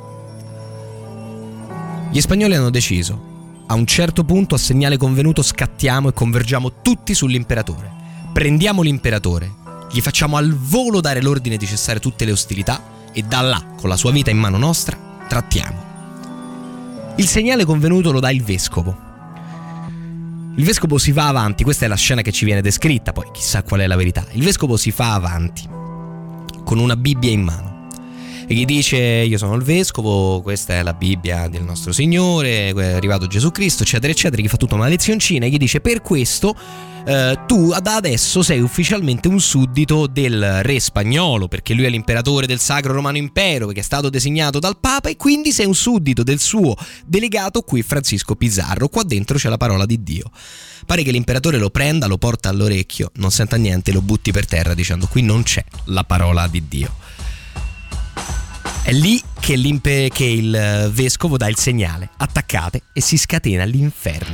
[SPEAKER 3] Gli spagnoli hanno deciso: a un certo punto, a segnale convenuto, scattiamo e convergiamo tutti sull'imperatore. Prendiamo l'imperatore, gli facciamo al volo dare l'ordine di cessare tutte le ostilità e da là, con la sua vita in mano nostra, trattiamo. Il segnale convenuto lo dà il vescovo. Il vescovo si fa avanti, questa è la scena che ci viene descritta, poi chissà qual è la verità. Il vescovo si fa avanti con una Bibbia in mano e gli dice: io sono il vescovo, questa è la Bibbia del nostro Signore, è arrivato Gesù Cristo, eccetera eccetera. Gli fa tutta una lezioncina e gli dice: per questo eh, tu da adesso sei ufficialmente un suddito del re spagnolo, perché lui è l'imperatore del Sacro Romano Impero, perché è stato designato dal Papa, e quindi sei un suddito del suo delegato qui, Francisco Pizarro. Qua dentro c'è la parola di Dio. Pare che l'imperatore lo prenda, lo porta all'orecchio, non senta niente, lo butti per terra dicendo: qui non c'è la parola di Dio. È lì che, che il vescovo dà il segnale: attaccate, e si scatena l'inferno.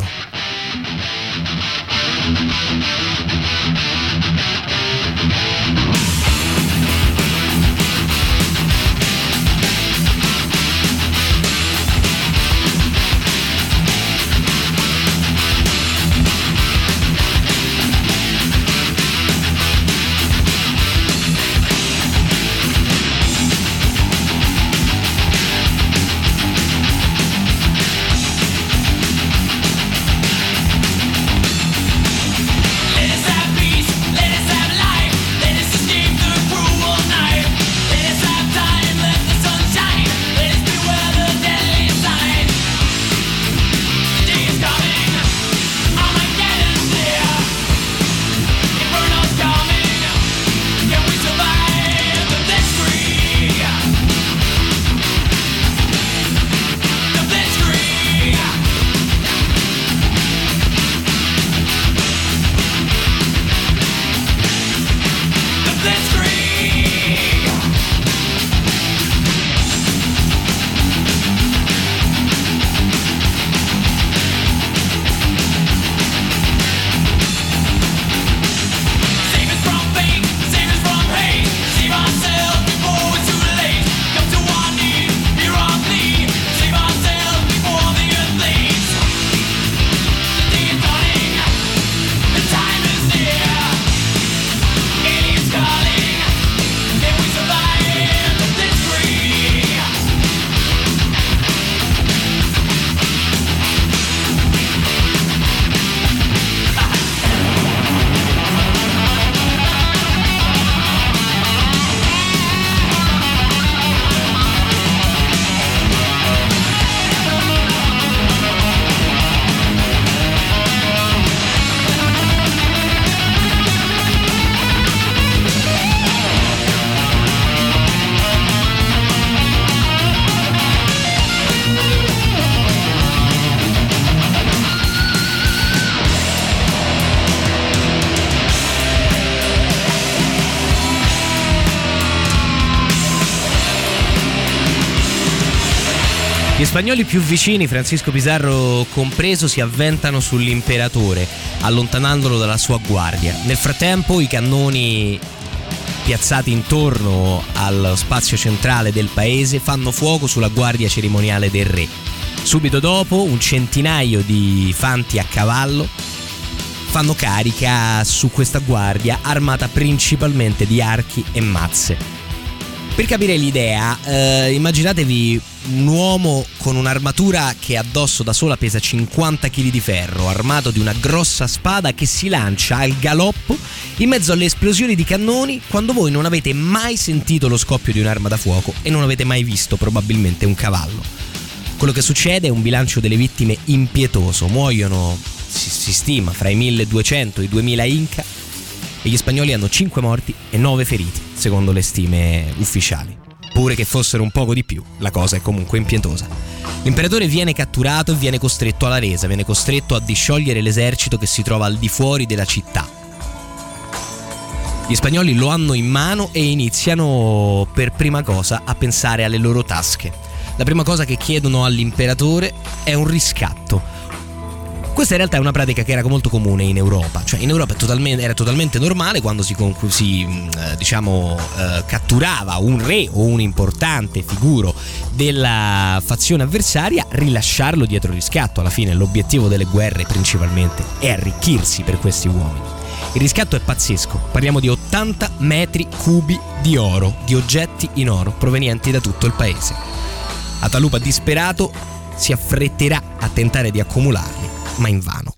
[SPEAKER 3] spagnoli più vicini, Francisco Pizarro compreso, si avventano sull'imperatore, allontanandolo dalla sua guardia. Nel frattempo i cannoni piazzati intorno allo spazio centrale del paese fanno fuoco sulla guardia cerimoniale del re. Subito dopo un centinaio di fanti a cavallo fanno carica su questa guardia armata principalmente di archi e mazze. Per capire l'idea, eh, immaginatevi un uomo con un'armatura che addosso da sola pesa cinquanta chili di ferro, armato di una grossa spada che si lancia al galoppo in mezzo alle esplosioni di cannoni, quando voi non avete mai sentito lo scoppio di un'arma da fuoco e non avete mai visto probabilmente un cavallo. Quello che succede è un bilancio delle vittime impietoso. Muoiono, si, si stima, fra i milleduecento e i duemila Inca, e gli spagnoli hanno cinque morti e nove feriti, secondo le stime ufficiali. Pure che fossero un poco di più, la cosa è comunque impietosa. L'imperatore viene catturato e viene costretto alla resa, viene costretto a disciogliere l'esercito che si trova al di fuori della città. Gli spagnoli lo hanno in mano e iniziano per prima cosa a pensare alle loro tasche. La prima cosa che chiedono all'imperatore è un riscatto. Questa in realtà è una pratica che era molto comune in Europa, cioè in Europa è totalmente, era totalmente normale quando si, si eh, diciamo eh, catturava un re o un importante figuro della fazione avversaria, rilasciarlo dietro riscatto. Alla fine l'obiettivo delle guerre principalmente è arricchirsi per questi uomini. Il riscatto è pazzesco, parliamo di ottanta metri cubi di oro, di oggetti in oro provenienti da tutto il paese. Atalupa disperato si affretterà a tentare di accumularli, ma invano.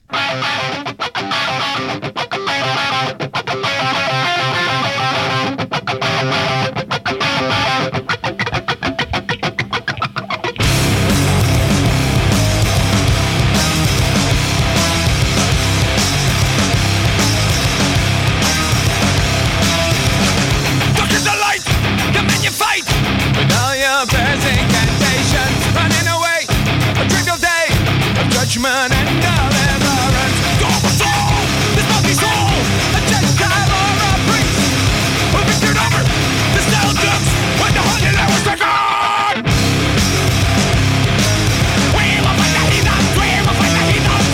[SPEAKER 8] Judgment and deliverance. Double soul, this mighty soul, a Gentile or a priest, who victored over the Celtics when the hundred hours record. We will fight the heathens, we will fight the heathens.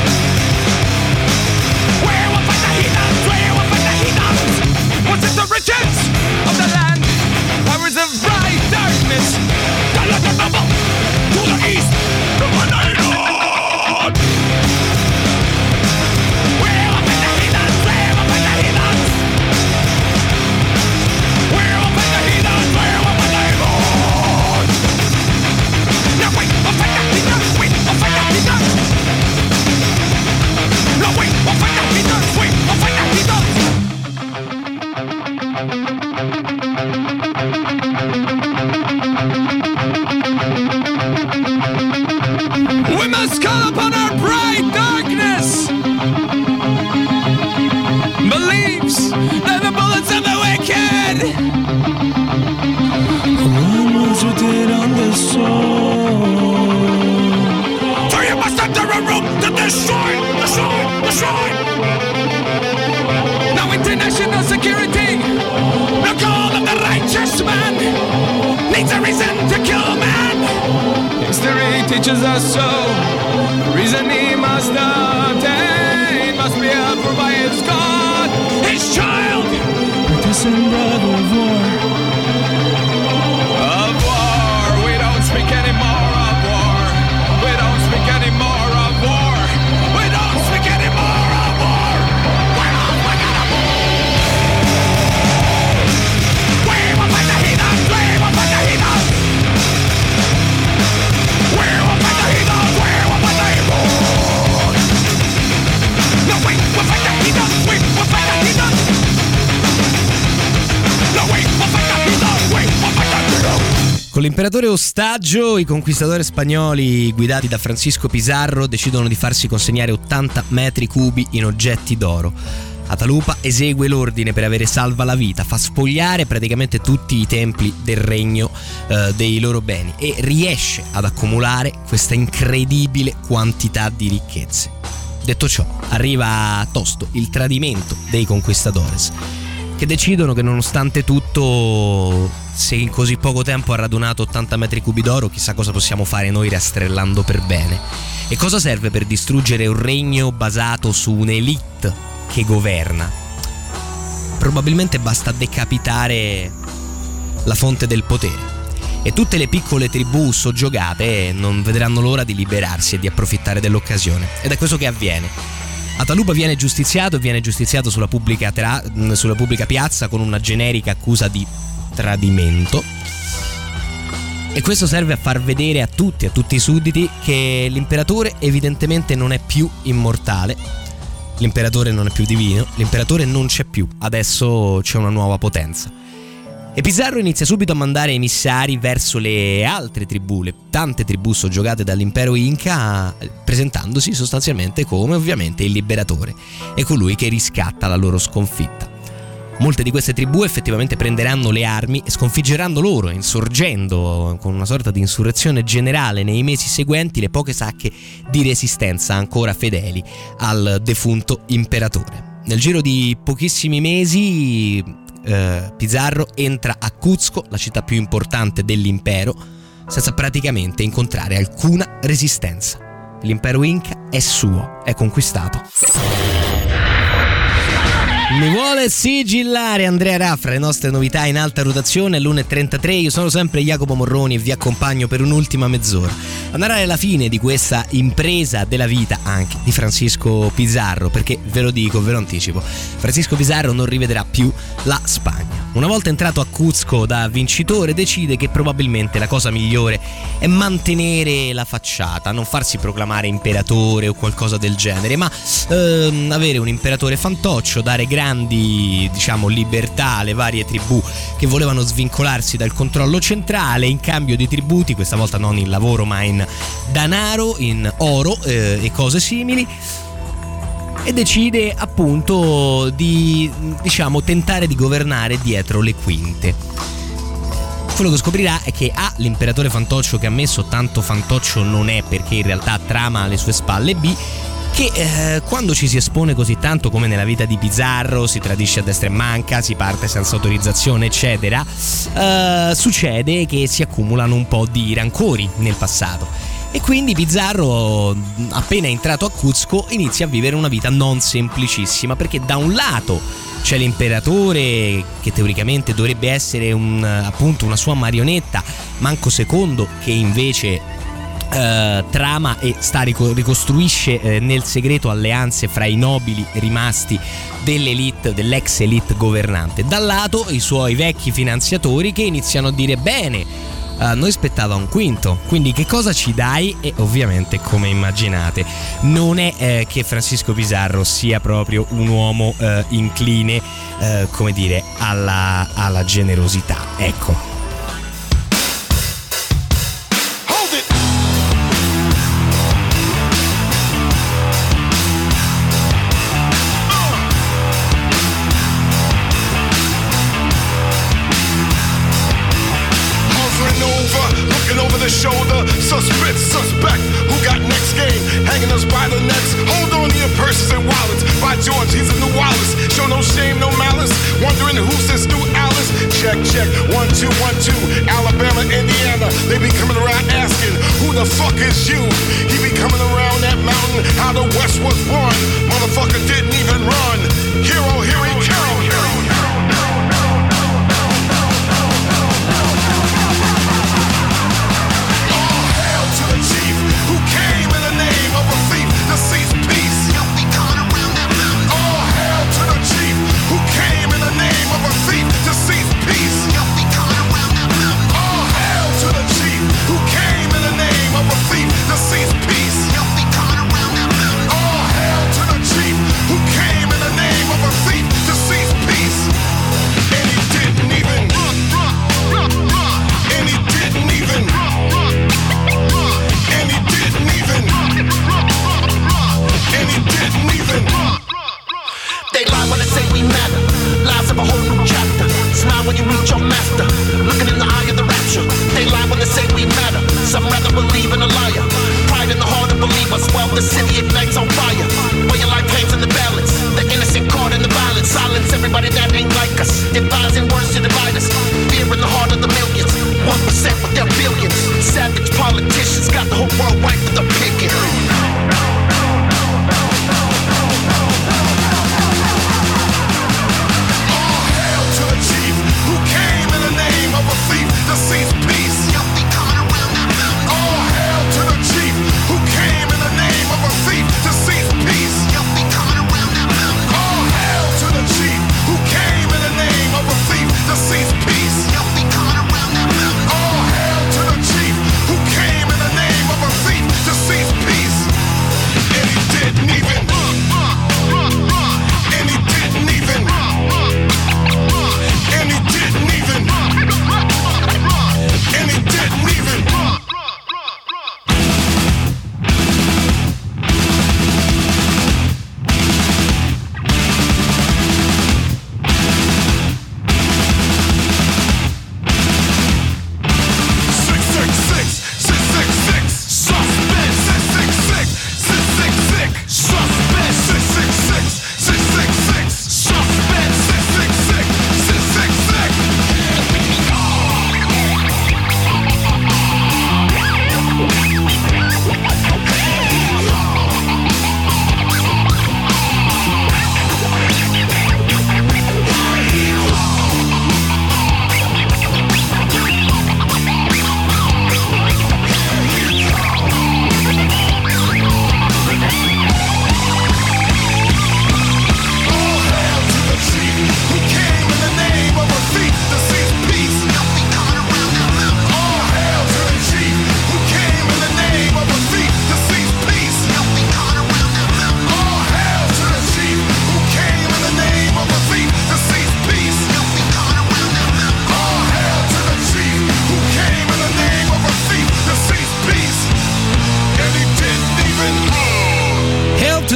[SPEAKER 8] We will fight the heathens, we will fight the heathens. What's it the riches of the land? Powers of bright darkness. The London bubble to the east, the one I know. We must call upon our bright darkness. Beliefs, they're the bullets of the wicked. One was written on the soul. For you must enter a room to destroy, destroy, destroy. Now international security, the call of the righteous man, needs a reason to kill man. History teaches us so. Reason he must obtain must be held for by his God, his child. Partisan brother of war. Of war. We don't speak anymore of war. We don't speak anymore of war. We don't speak anymore of war. We don't speak anymore. We will fight the heathens. We will fight the heathens. We will fight the heathens. We will fight the heathens. No, we will fight the heathens. We will fight the heathens. No, we will fight the heathens. We will fight the heathens.
[SPEAKER 3] Con l'imperatore ostaggio, i conquistatori spagnoli guidati da Francisco Pizarro decidono di farsi consegnare ottanta metri cubi in oggetti d'oro. Atalupa esegue l'ordine per avere salva la vita, fa spogliare praticamente tutti i templi del regno eh, dei loro beni e riesce ad accumulare questa incredibile quantità di ricchezze. Detto ciò, arriva tosto il tradimento dei conquistadores, che decidono che nonostante tutto, se in così poco tempo ha radunato ottanta metri cubi d'oro, chissà cosa possiamo fare noi rastrellando per bene. E cosa serve per distruggere un regno basato su un'elite che governa? Probabilmente basta decapitare la fonte del potere. E tutte le piccole tribù soggiogate non vedranno l'ora di liberarsi e di approfittare dell'occasione. Ed è questo che avviene. Atalupa viene giustiziato e viene giustiziato sulla pubblica, tra- sulla pubblica piazza con una generica accusa di tradimento. E questo serve a far vedere a tutti, a tutti i sudditi, che l'imperatore evidentemente non è più immortale, l'imperatore non è più divino, l'imperatore non c'è più, adesso c'è una nuova potenza. E Pizarro inizia subito a mandare emissari verso le altre tribù, le tante tribù soggiogate dall'impero Inca, presentandosi sostanzialmente come ovviamente il liberatore e colui che riscatta la loro sconfitta. Molte di queste tribù effettivamente prenderanno le armi e sconfiggeranno loro, insorgendo con una sorta di insurrezione generale nei mesi seguenti le poche sacche di resistenza ancora fedeli al defunto imperatore. Nel giro di pochissimi mesi eh, Pizarro entra a Cuzco, la città più importante dell'impero, senza praticamente incontrare alcuna resistenza. L'impero Inca è suo, è conquistato. Mi vuole sigillare Andrea Raffra, le nostre novità in alta rotazione all'una e trentatré. Io sono sempre Jacopo Morroni e vi accompagno per un'ultima mezz'ora a narrare la fine di questa impresa della vita anche di Francisco Pizarro, perché ve lo dico, ve lo anticipo, Francisco Pizarro non rivedrà più la Spagna. Una volta entrato a Cuzco da vincitore, decide che probabilmente la cosa migliore è mantenere la facciata, non farsi proclamare imperatore o qualcosa del genere, ma ehm, avere un imperatore fantoccio, dare grandi, diciamo, libertà alle varie tribù che volevano svincolarsi dal controllo centrale in cambio di tributi, questa volta non in lavoro ma in denaro, in oro eh, e cose simili. E decide appunto di, diciamo, tentare di governare dietro le quinte. Quello che scoprirà è che A, l'imperatore fantoccio che ha messo tanto fantoccio non è, perché in realtà trama alle sue spalle, B, che eh, quando ci si espone così tanto come nella vita di Pizarro, si tradisce a destra e manca, si parte senza autorizzazione eccetera, eh, succede che si accumulano un po' di rancori nel passato. E quindi Pizarro, appena entrato a Cuzco, inizia a vivere una vita non semplicissima, perché da un lato c'è l'imperatore che teoricamente dovrebbe essere un, appunto una sua marionetta, Manco secondo, che invece eh, trama e sta ricostruisce eh, nel segreto alleanze fra i nobili rimasti dell'elite, dell'ex elite governante. Dal lato i suoi vecchi finanziatori che iniziano a dire: bene, a noi spettava un quinto, quindi che cosa ci dai? E ovviamente, come immaginate, non è eh, che Francisco Pizarro sia proprio un uomo eh, incline, eh, come dire, alla, alla generosità, ecco.
[SPEAKER 10] Shoulder, suspect, suspect, who got next game, hanging us by the necks. Hold on to your purses and wallets. By George, he's a new Wallace. Show no shame, no malice. Wondering who's this new Alice. Check, check, one, two, one, two. Alabama, Indiana. They be coming around asking, who the fuck is you? He be coming around that mountain, how the West was won. Motherfucker didn't even run. Hero, here he comes.
[SPEAKER 11] Everybody that ain't like us.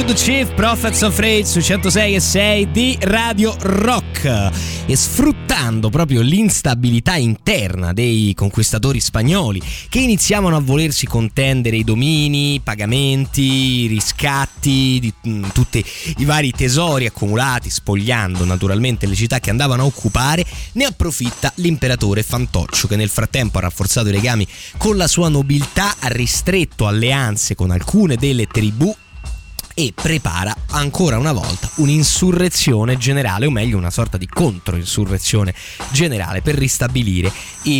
[SPEAKER 3] Old Chief, Prophets of Rage su centosei e sei di Radio Rock. E sfruttando proprio l'instabilità interna dei conquistatori spagnoli, che iniziavano a volersi contendere i domini, pagamenti, riscatti di mh, tutti i vari tesori accumulati, spogliando naturalmente le città che andavano a occupare, ne approfitta l'imperatore Fantoccio, che nel frattempo ha rafforzato i legami con la sua nobiltà, ha ristretto alleanze con alcune delle tribù e prepara ancora una volta un'insurrezione generale, o meglio una sorta di controinsurrezione generale per ristabilire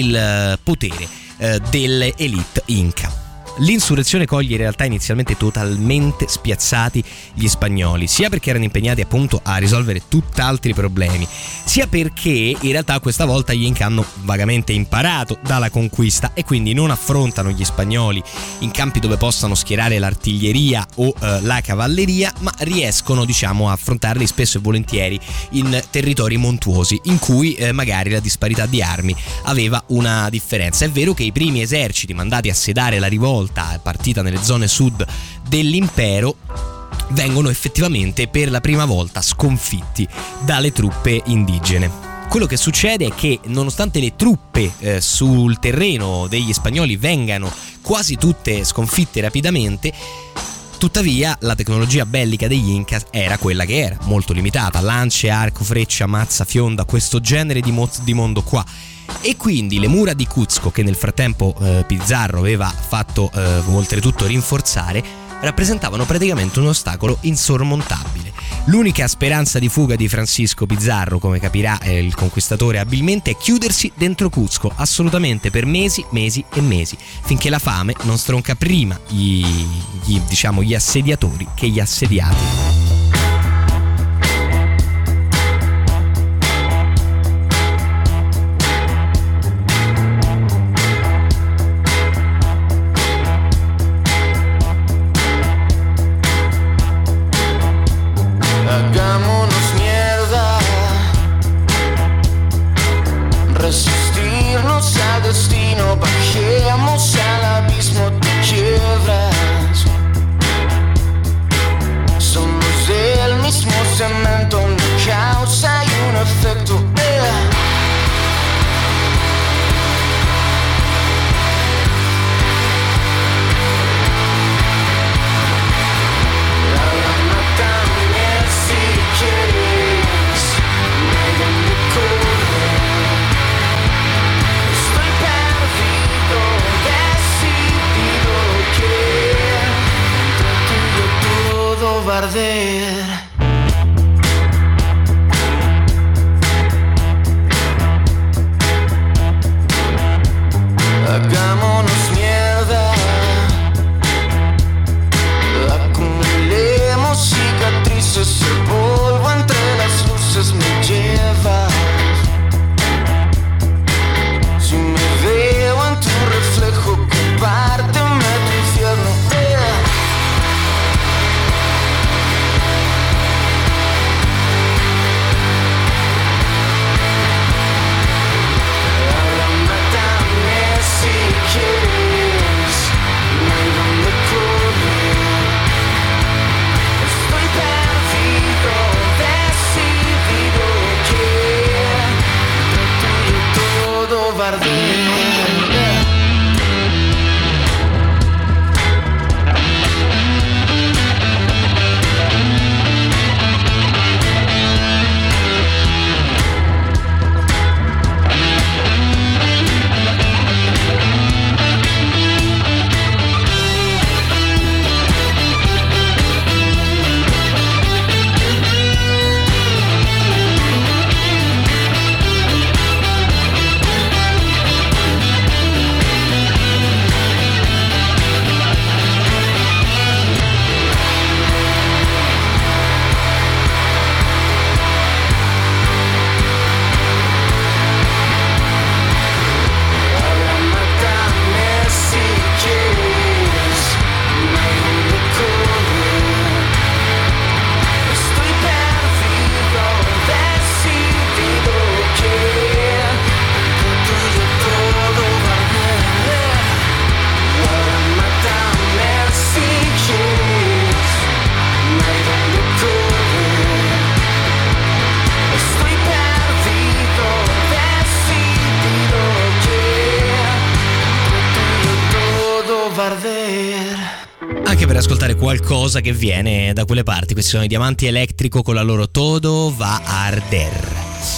[SPEAKER 3] il potere eh, delle elite Inca. L'insurrezione coglie in realtà inizialmente totalmente spiazzati gli spagnoli, sia perché erano impegnati appunto a risolvere tutt'altri problemi, sia perché in realtà questa volta gli Inca hanno vagamente imparato dalla conquista e quindi non affrontano gli spagnoli in campi dove possano schierare l'artiglieria o eh, la cavalleria, ma riescono diciamo a affrontarli spesso e volentieri in territori montuosi in cui eh, magari la disparità di armi aveva una differenza. È vero che i primi eserciti mandati a sedare la rivolta partita nelle zone sud dell'impero vengono effettivamente per la prima volta sconfitti dalle truppe indigene. Quello che succede è che nonostante le truppe eh, sul terreno degli spagnoli vengano quasi tutte sconfitte rapidamente, tuttavia la tecnologia bellica degli Inca era quella che era, molto limitata: lance, arco, freccia, mazza, fionda, questo genere di, mo- di mondo qua. E quindi le mura di Cuzco, che nel frattempo eh, Pizarro aveva fatto eh, oltretutto rinforzare, rappresentavano praticamente un ostacolo insormontabile. L'unica speranza di fuga di Francisco Pizarro, come capirà eh, il conquistatore abilmente, è chiudersi dentro Cuzco assolutamente per mesi, mesi e mesi, finché la fame non stronca prima gli, gli, diciamo, gli assediatori che gli assediati.
[SPEAKER 12] Resistirnos al destino, bajemos al abismo de quiebras. Somos del mismo cemento, una causa y un efecto. La lana también si quieres, no hay donde correr. Estoy perdido, decidido que entre tú y yo todo va a arder. Hagámonos mierda, acumulemos cicatrices, el polvo entre las luces me lleva. Si me veo en tu reflejo, compárteme tu infierno. Yeah.
[SPEAKER 3] per ascoltare qualcosa che viene da quelle parti. Questi sono i Diamanti Electrico con la loro Todo va a arder.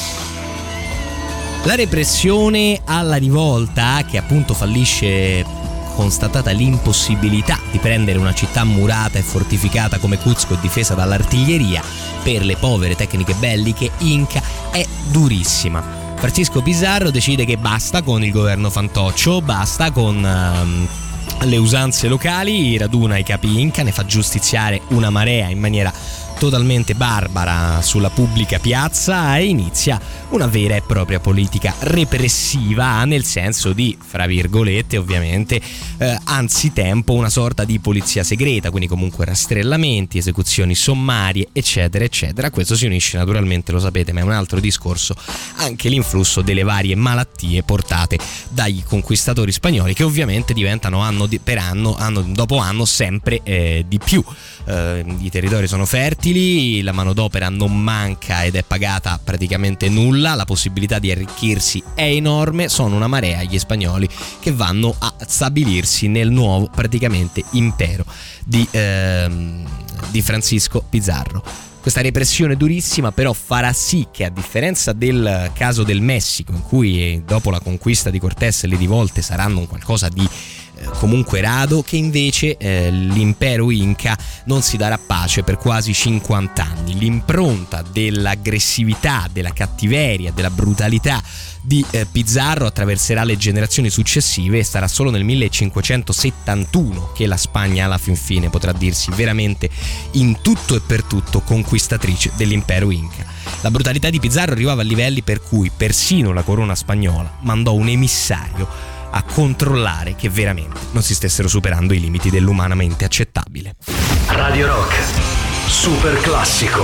[SPEAKER 3] La repressione alla rivolta, che appunto fallisce constatata l'impossibilità di prendere una città murata e fortificata come Cuzco e difesa dall'artiglieria per le povere tecniche belliche Inca, è durissima. Francisco Pizarro decide che basta con il governo fantoccio, basta con um, le usanze locali, raduna i capi Inca, ne fa giustiziare una marea in maniera totalmente barbara sulla pubblica piazza e inizia una vera e propria politica repressiva, nel senso di, fra virgolette ovviamente, eh, anzitempo una sorta di polizia segreta, quindi comunque rastrellamenti, esecuzioni sommarie, eccetera eccetera. A questo si unisce naturalmente, lo sapete, ma è un altro discorso, anche l'influsso delle varie malattie portate dagli conquistatori spagnoli, che ovviamente diventano anno di, per anno, anno dopo anno sempre eh, di più. Eh, i territori sono fertili, la manodopera non manca ed è pagata praticamente nulla, la possibilità di arricchirsi è enorme, sono una marea gli spagnoli che vanno a stabilirsi nel nuovo praticamente impero di, ehm, di Francisco Pizarro. Questa repressione durissima però farà sì che, a differenza del caso del Messico, in cui dopo la conquista di Cortés le rivolte saranno un qualcosa di comunque rado, che invece eh, l'impero Inca non si darà pace per quasi cinquanta anni. L'impronta dell'aggressività, della cattiveria, della brutalità di eh, Pizarro attraverserà le generazioni successive e sarà solo nel millecinquecentosettantuno che la Spagna alla fin fine potrà dirsi veramente in tutto e per tutto conquistatrice dell'impero Inca. La brutalità di Pizarro arrivava a livelli per cui persino la corona spagnola mandò un emissario a controllare che veramente non si stessero superando i limiti dell'umanamente accettabile.
[SPEAKER 1] Radio Rock, super classico.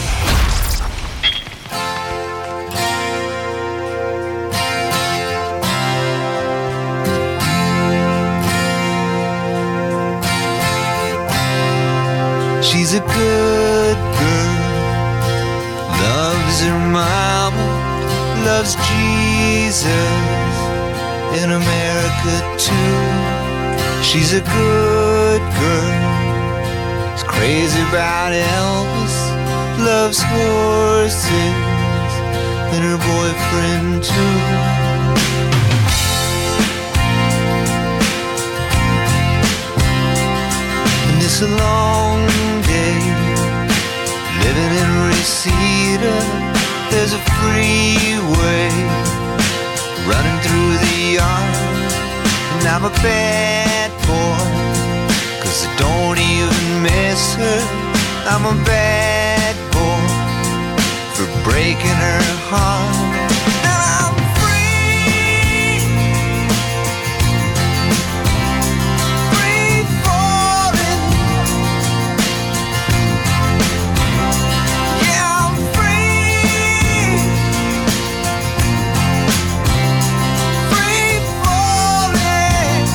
[SPEAKER 9] She's a good girl, loves her mama, loves Jesus in America too. She's a good girl, is crazy about Elvis, loves horses and her boyfriend too. And it's a long day living in Reseda. There's a freeway running through the yard, and I'm a bad boy, cause I don't even miss her. I'm a bad boy for breaking her heart. And I'm free, free falling. Yeah, I'm free, free falling.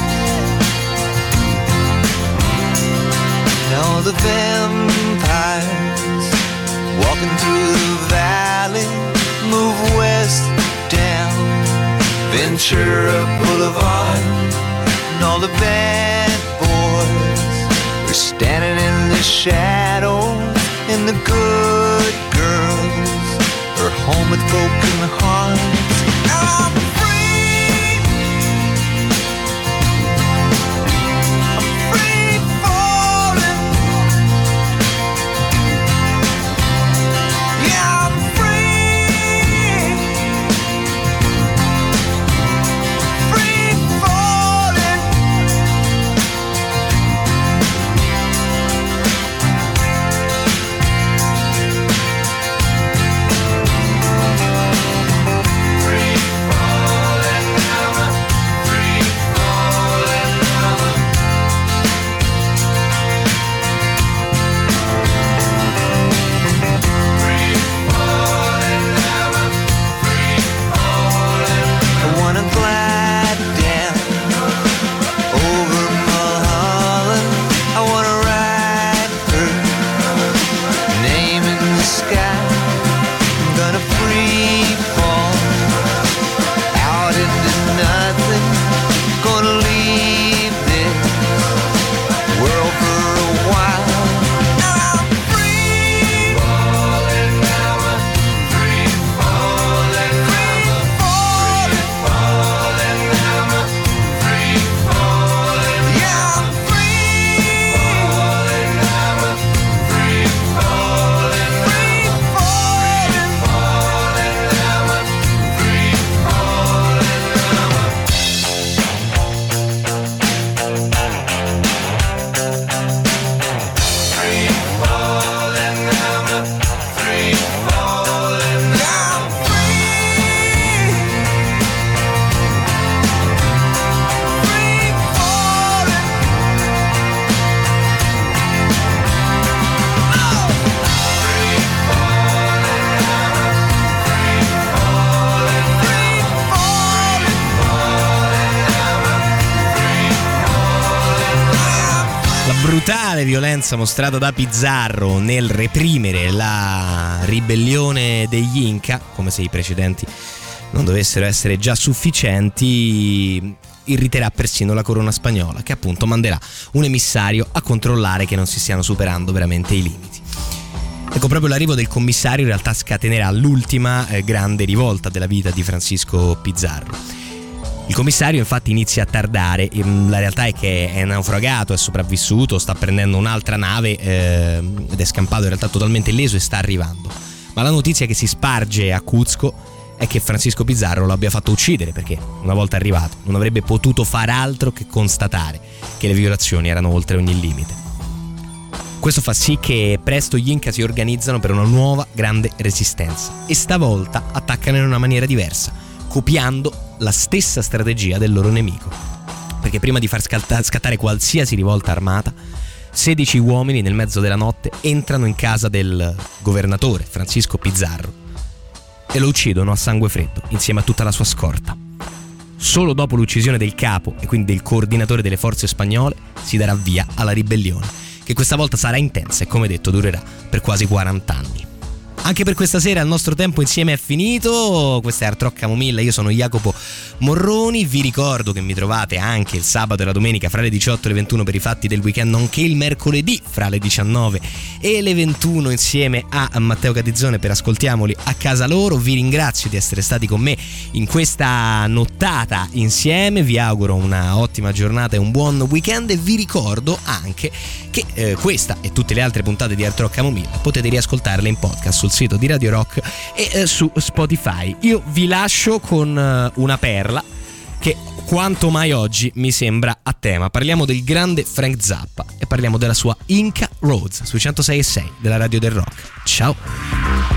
[SPEAKER 9] Now the vampires walking through the valley move west down Ventura Boulevard, and all the bad boys are standing in the shadows, and the good girls are home with broken hearts. I'm free, I'm free falling. Yeah, I'm free, free falling. Free falling.
[SPEAKER 3] brutale violenza mostrata da Pizarro nel reprimere la ribellione degli Inca, come se i precedenti non dovessero essere già sufficienti, irriterà persino la corona spagnola, che appunto manderà un emissario a controllare che non si stiano superando veramente i limiti. Ecco, proprio l'arrivo del commissario in realtà scatenerà l'ultima eh, grande rivolta della vita di Francisco Pizarro. Il commissario infatti inizia a tardare, la realtà è che è naufragato, è sopravvissuto, sta prendendo un'altra nave eh, ed è scampato in realtà totalmente illeso e sta arrivando. Ma la notizia che si sparge a Cuzco è che Francisco Pizarro lo abbia fatto uccidere, perché una volta arrivato non avrebbe potuto far altro che constatare che le violazioni erano oltre ogni limite. Questo fa sì che presto gli Inca si organizzano per una nuova grande resistenza e stavolta attaccano in una maniera diversa, copiando la stessa strategia del loro nemico. Perché prima di far scattare qualsiasi rivolta armata, sedici uomini nel mezzo della notte entrano in casa del governatore Francisco Pizarro e lo uccidono a sangue freddo insieme a tutta la sua scorta. Solo dopo l'uccisione del capo e quindi del coordinatore delle forze spagnole si darà via alla ribellione, che questa volta sarà intensa e, come detto, durerà per quasi quaranta anni. Anche per questa sera il nostro tempo insieme è finito. Questa è Art Rock Camomilla, io sono Jacopo Morroni. Vi ricordo che mi trovate anche il sabato e la domenica fra le diciotto e le ventuno per i fatti del weekend, nonché il mercoledì fra le diciannove e le ventuno insieme a Matteo Catizzone per Ascoltiamoli a casa loro. Vi ringrazio di essere stati con me in questa nottata insieme, vi auguro una ottima giornata e un buon weekend e vi ricordo anche che eh, questa e tutte le altre puntate di Art Rock Camomilla potete riascoltarle in podcast sul sito di Radio Rock e eh, su Spotify. Io vi lascio con eh, una perla che quanto mai oggi mi sembra a tema. Parliamo del grande Frank Zappa e parliamo della sua Inca Roads sui centosei e sei della Radio del Rock. Ciao.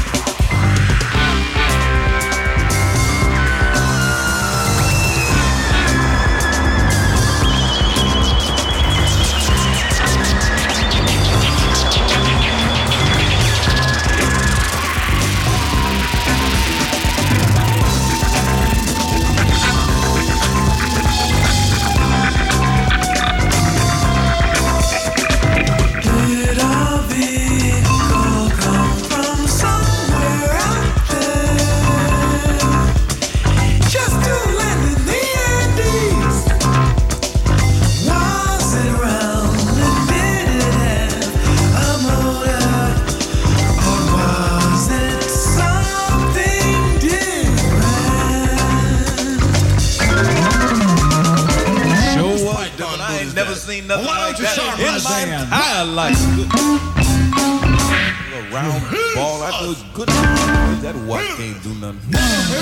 [SPEAKER 13] Nothing like that in my entire life. A round ball, I know it's good. That white can't do nothing.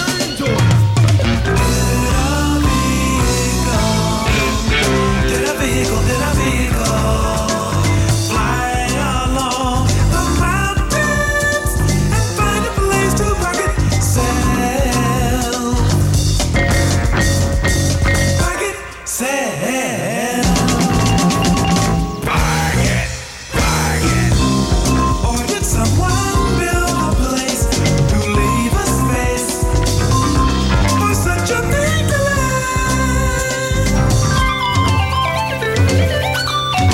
[SPEAKER 13] Did a vehicle, did a vehicle fly along the mountains and find a place to park itself? Park itself. Someone build a place to leave a space for such a thing to live.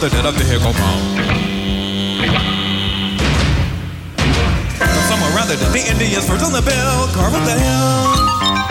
[SPEAKER 14] something in a vehicle bound. Somewhere rather than the Indians first on the bill, carve it down.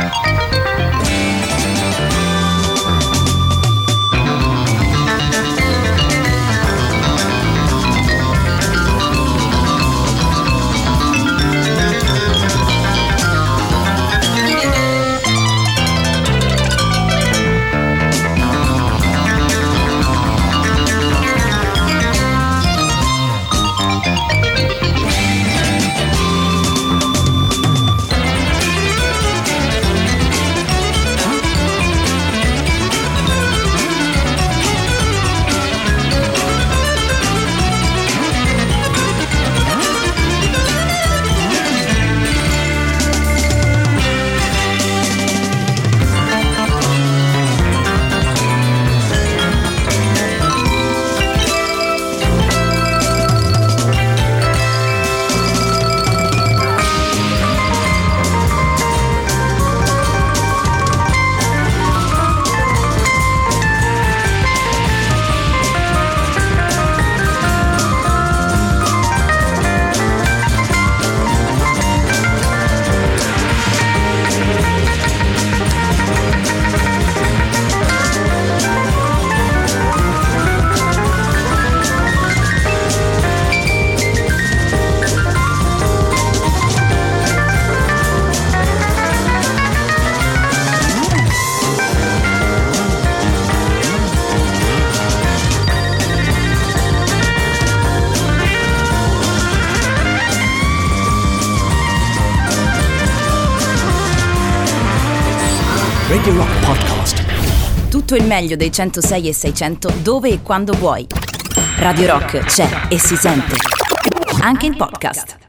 [SPEAKER 2] Radio Rock Podcast. Tutto il meglio dei centosei e seicento dove e quando vuoi. Radio Rock c'è e si sente. Anche in podcast.